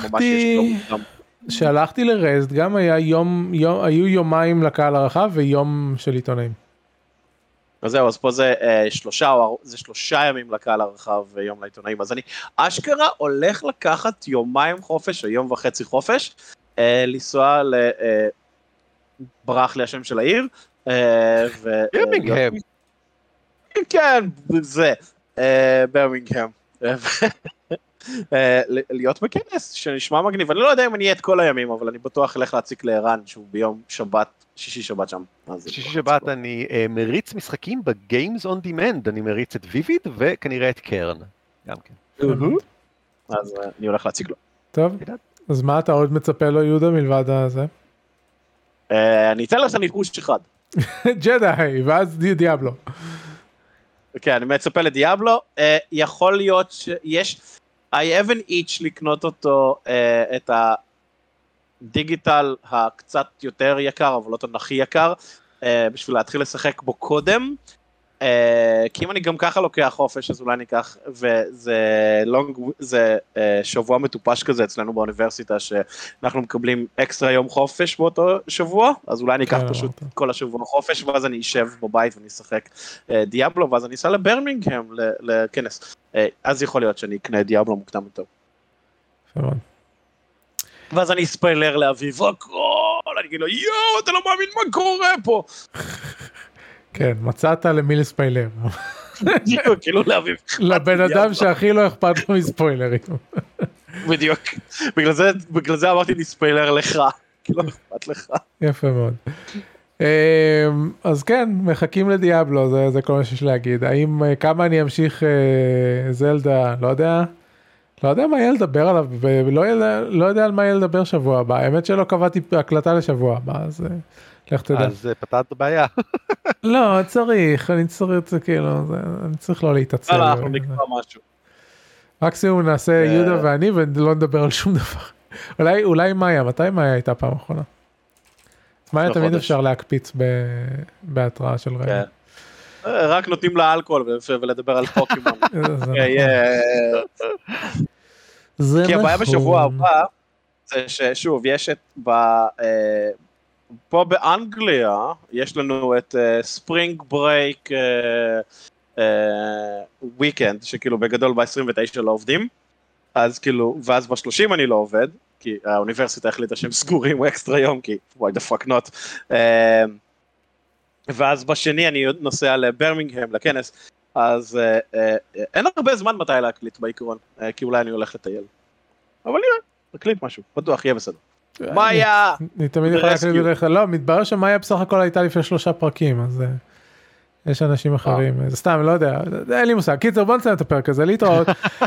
שהלכתי לרזד, גם היו יומיים לקהל הרחב ויום של עיתונאים. אז זהו, אז פה זה 3 ימים לקהל הרחב ויום לעיתונאים, אז אני אשכרה הולך לקחת יומיים חופש, או יום וחצי חופש, לנסוע ברח לי השם של העיר, ברמינגהם. כן, זה, ברמינגהם. להיות בכנס שנשמע מגניב, אני לא יודע אם אני אהיה את כל הימים, אבל אני בטוח אלך להציק לערן שהוא ביום שבת, שישי שבת שם. שישי שבת אני מריץ משחקים בגיימס און דימנד, אני מריץ את ויביד וכנראה את קרן, גם כן. אז אני הולך להציק לו. טוב, אז מה אתה עוד מצפה לו יהודה מלבד הזה? אני אתן לך ניחוש אחד. ג'די, ואז דיאבלו. כן, אני מצפה לדיאבלו, יכול להיות שיש... I have an itch לקנות אותו, את הדיגיטל הקצת יותר יקר, אבל לא את הכי יקר, בשביל להתחיל לשחק בו קודם, כי אם אני גם ככה לוקח חופש, אז אולי ניקח, זה שבוע מטופש כזה אצלנו באוניברסיטה, שאנחנו מקבלים אקסטרה יום חופש באותו שבוע, אז אולי ניקח פשוט כל השבוע חופש, ואז אני אשב בבית ואני אשחק דיאבלו, ואז אני אסע לברמינגהם לכנס. אז יכול להיות שאני אקנה דיאבלו מוקדם יותר. ואז אני אספיילר לאביב הכל, אני אגיד לו, יואו, אתה לא מאמין מה קורה פה. כן, מצאת למי לספיילר. כאילו לאביב. לבן אדם שהכי לא אכפת לו מספוילרים. בדיוק. בגלל זה אמרתי לי ספיילר לך, כי לא אכפת לך. יפה מאוד. אז כן, מחכים לדיאבלו, זה כל מה שיש להגיד. כמה אני אמשיך זלדה, לא יודע. לא יודע מה יהיה לדבר עליו, ולא יודע על מה יהיה לדבר שבוע הבא. האמת שלא קבעתי הקלטה לשבוע הבא, אז לך תדע. אז פתרת בעיה. לא, אני צריך לא להתעצל. לא, אנחנו נקבע משהו. מקסימום נעשה יהודה ואני, ולא נדבר על שום דבר. אולי מאיה, מתי מאיה הייתה פעם אחרונה? מאיה תמיד אפשר להקפיץ בהתראה של רגע. רק נותנים לה אלכוהול ולדבר על פוקימון. כי הבעיה בשבוע הבא, זה ששוב, יש פה באנגליה, יש לנו את ספרינג ברייק וויקנד, שכאילו בגדול ב-29 לא עובדים, אז כאילו, ואז ב-30 אני לא עובד, כי האוניברסיטה החליטה שהם סגורים אקסטרה יום, כי why the fuck not. ואז בשני אני נוסע לברמינגהם, לכנס, אז אין הרבה זמן מתי להקליט בעיקרון, כי אולי אני הולך לטייל. אבל נראה, תקליט משהו, בטוח, יהיה בסדר. מאיה! אני תמיד יכול להקליט בדרך כלל, לא, מתברר שמאיה בסך הכל הייתה לפני 3 פרקים, אז יש אנשים אחרים, זה סתם, לא יודע, אין לי מושג. קיצר, בוא נסיים את הפרק הזה, להתראות.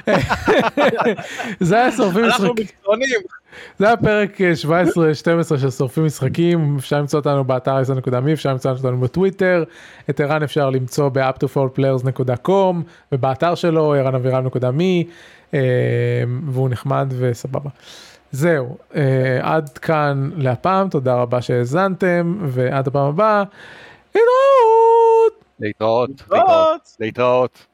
זה היה שורפים משחקים. זה היה פרק 17-12 של שורפים משחקים, אפשר למצוא אותנו באתר איזה.מי, אפשר למצוא אותנו בטוויטר, את ערן אפשר למצוא ב-up2foldplayers.com, ובאתר שלו, ערן.אבירם.me, והוא נחמד וסבבה. זהו, עד כאן להפעם, תודה רבה שהאזנתם, ועד הפעם הבאה, להתראות! להתראות.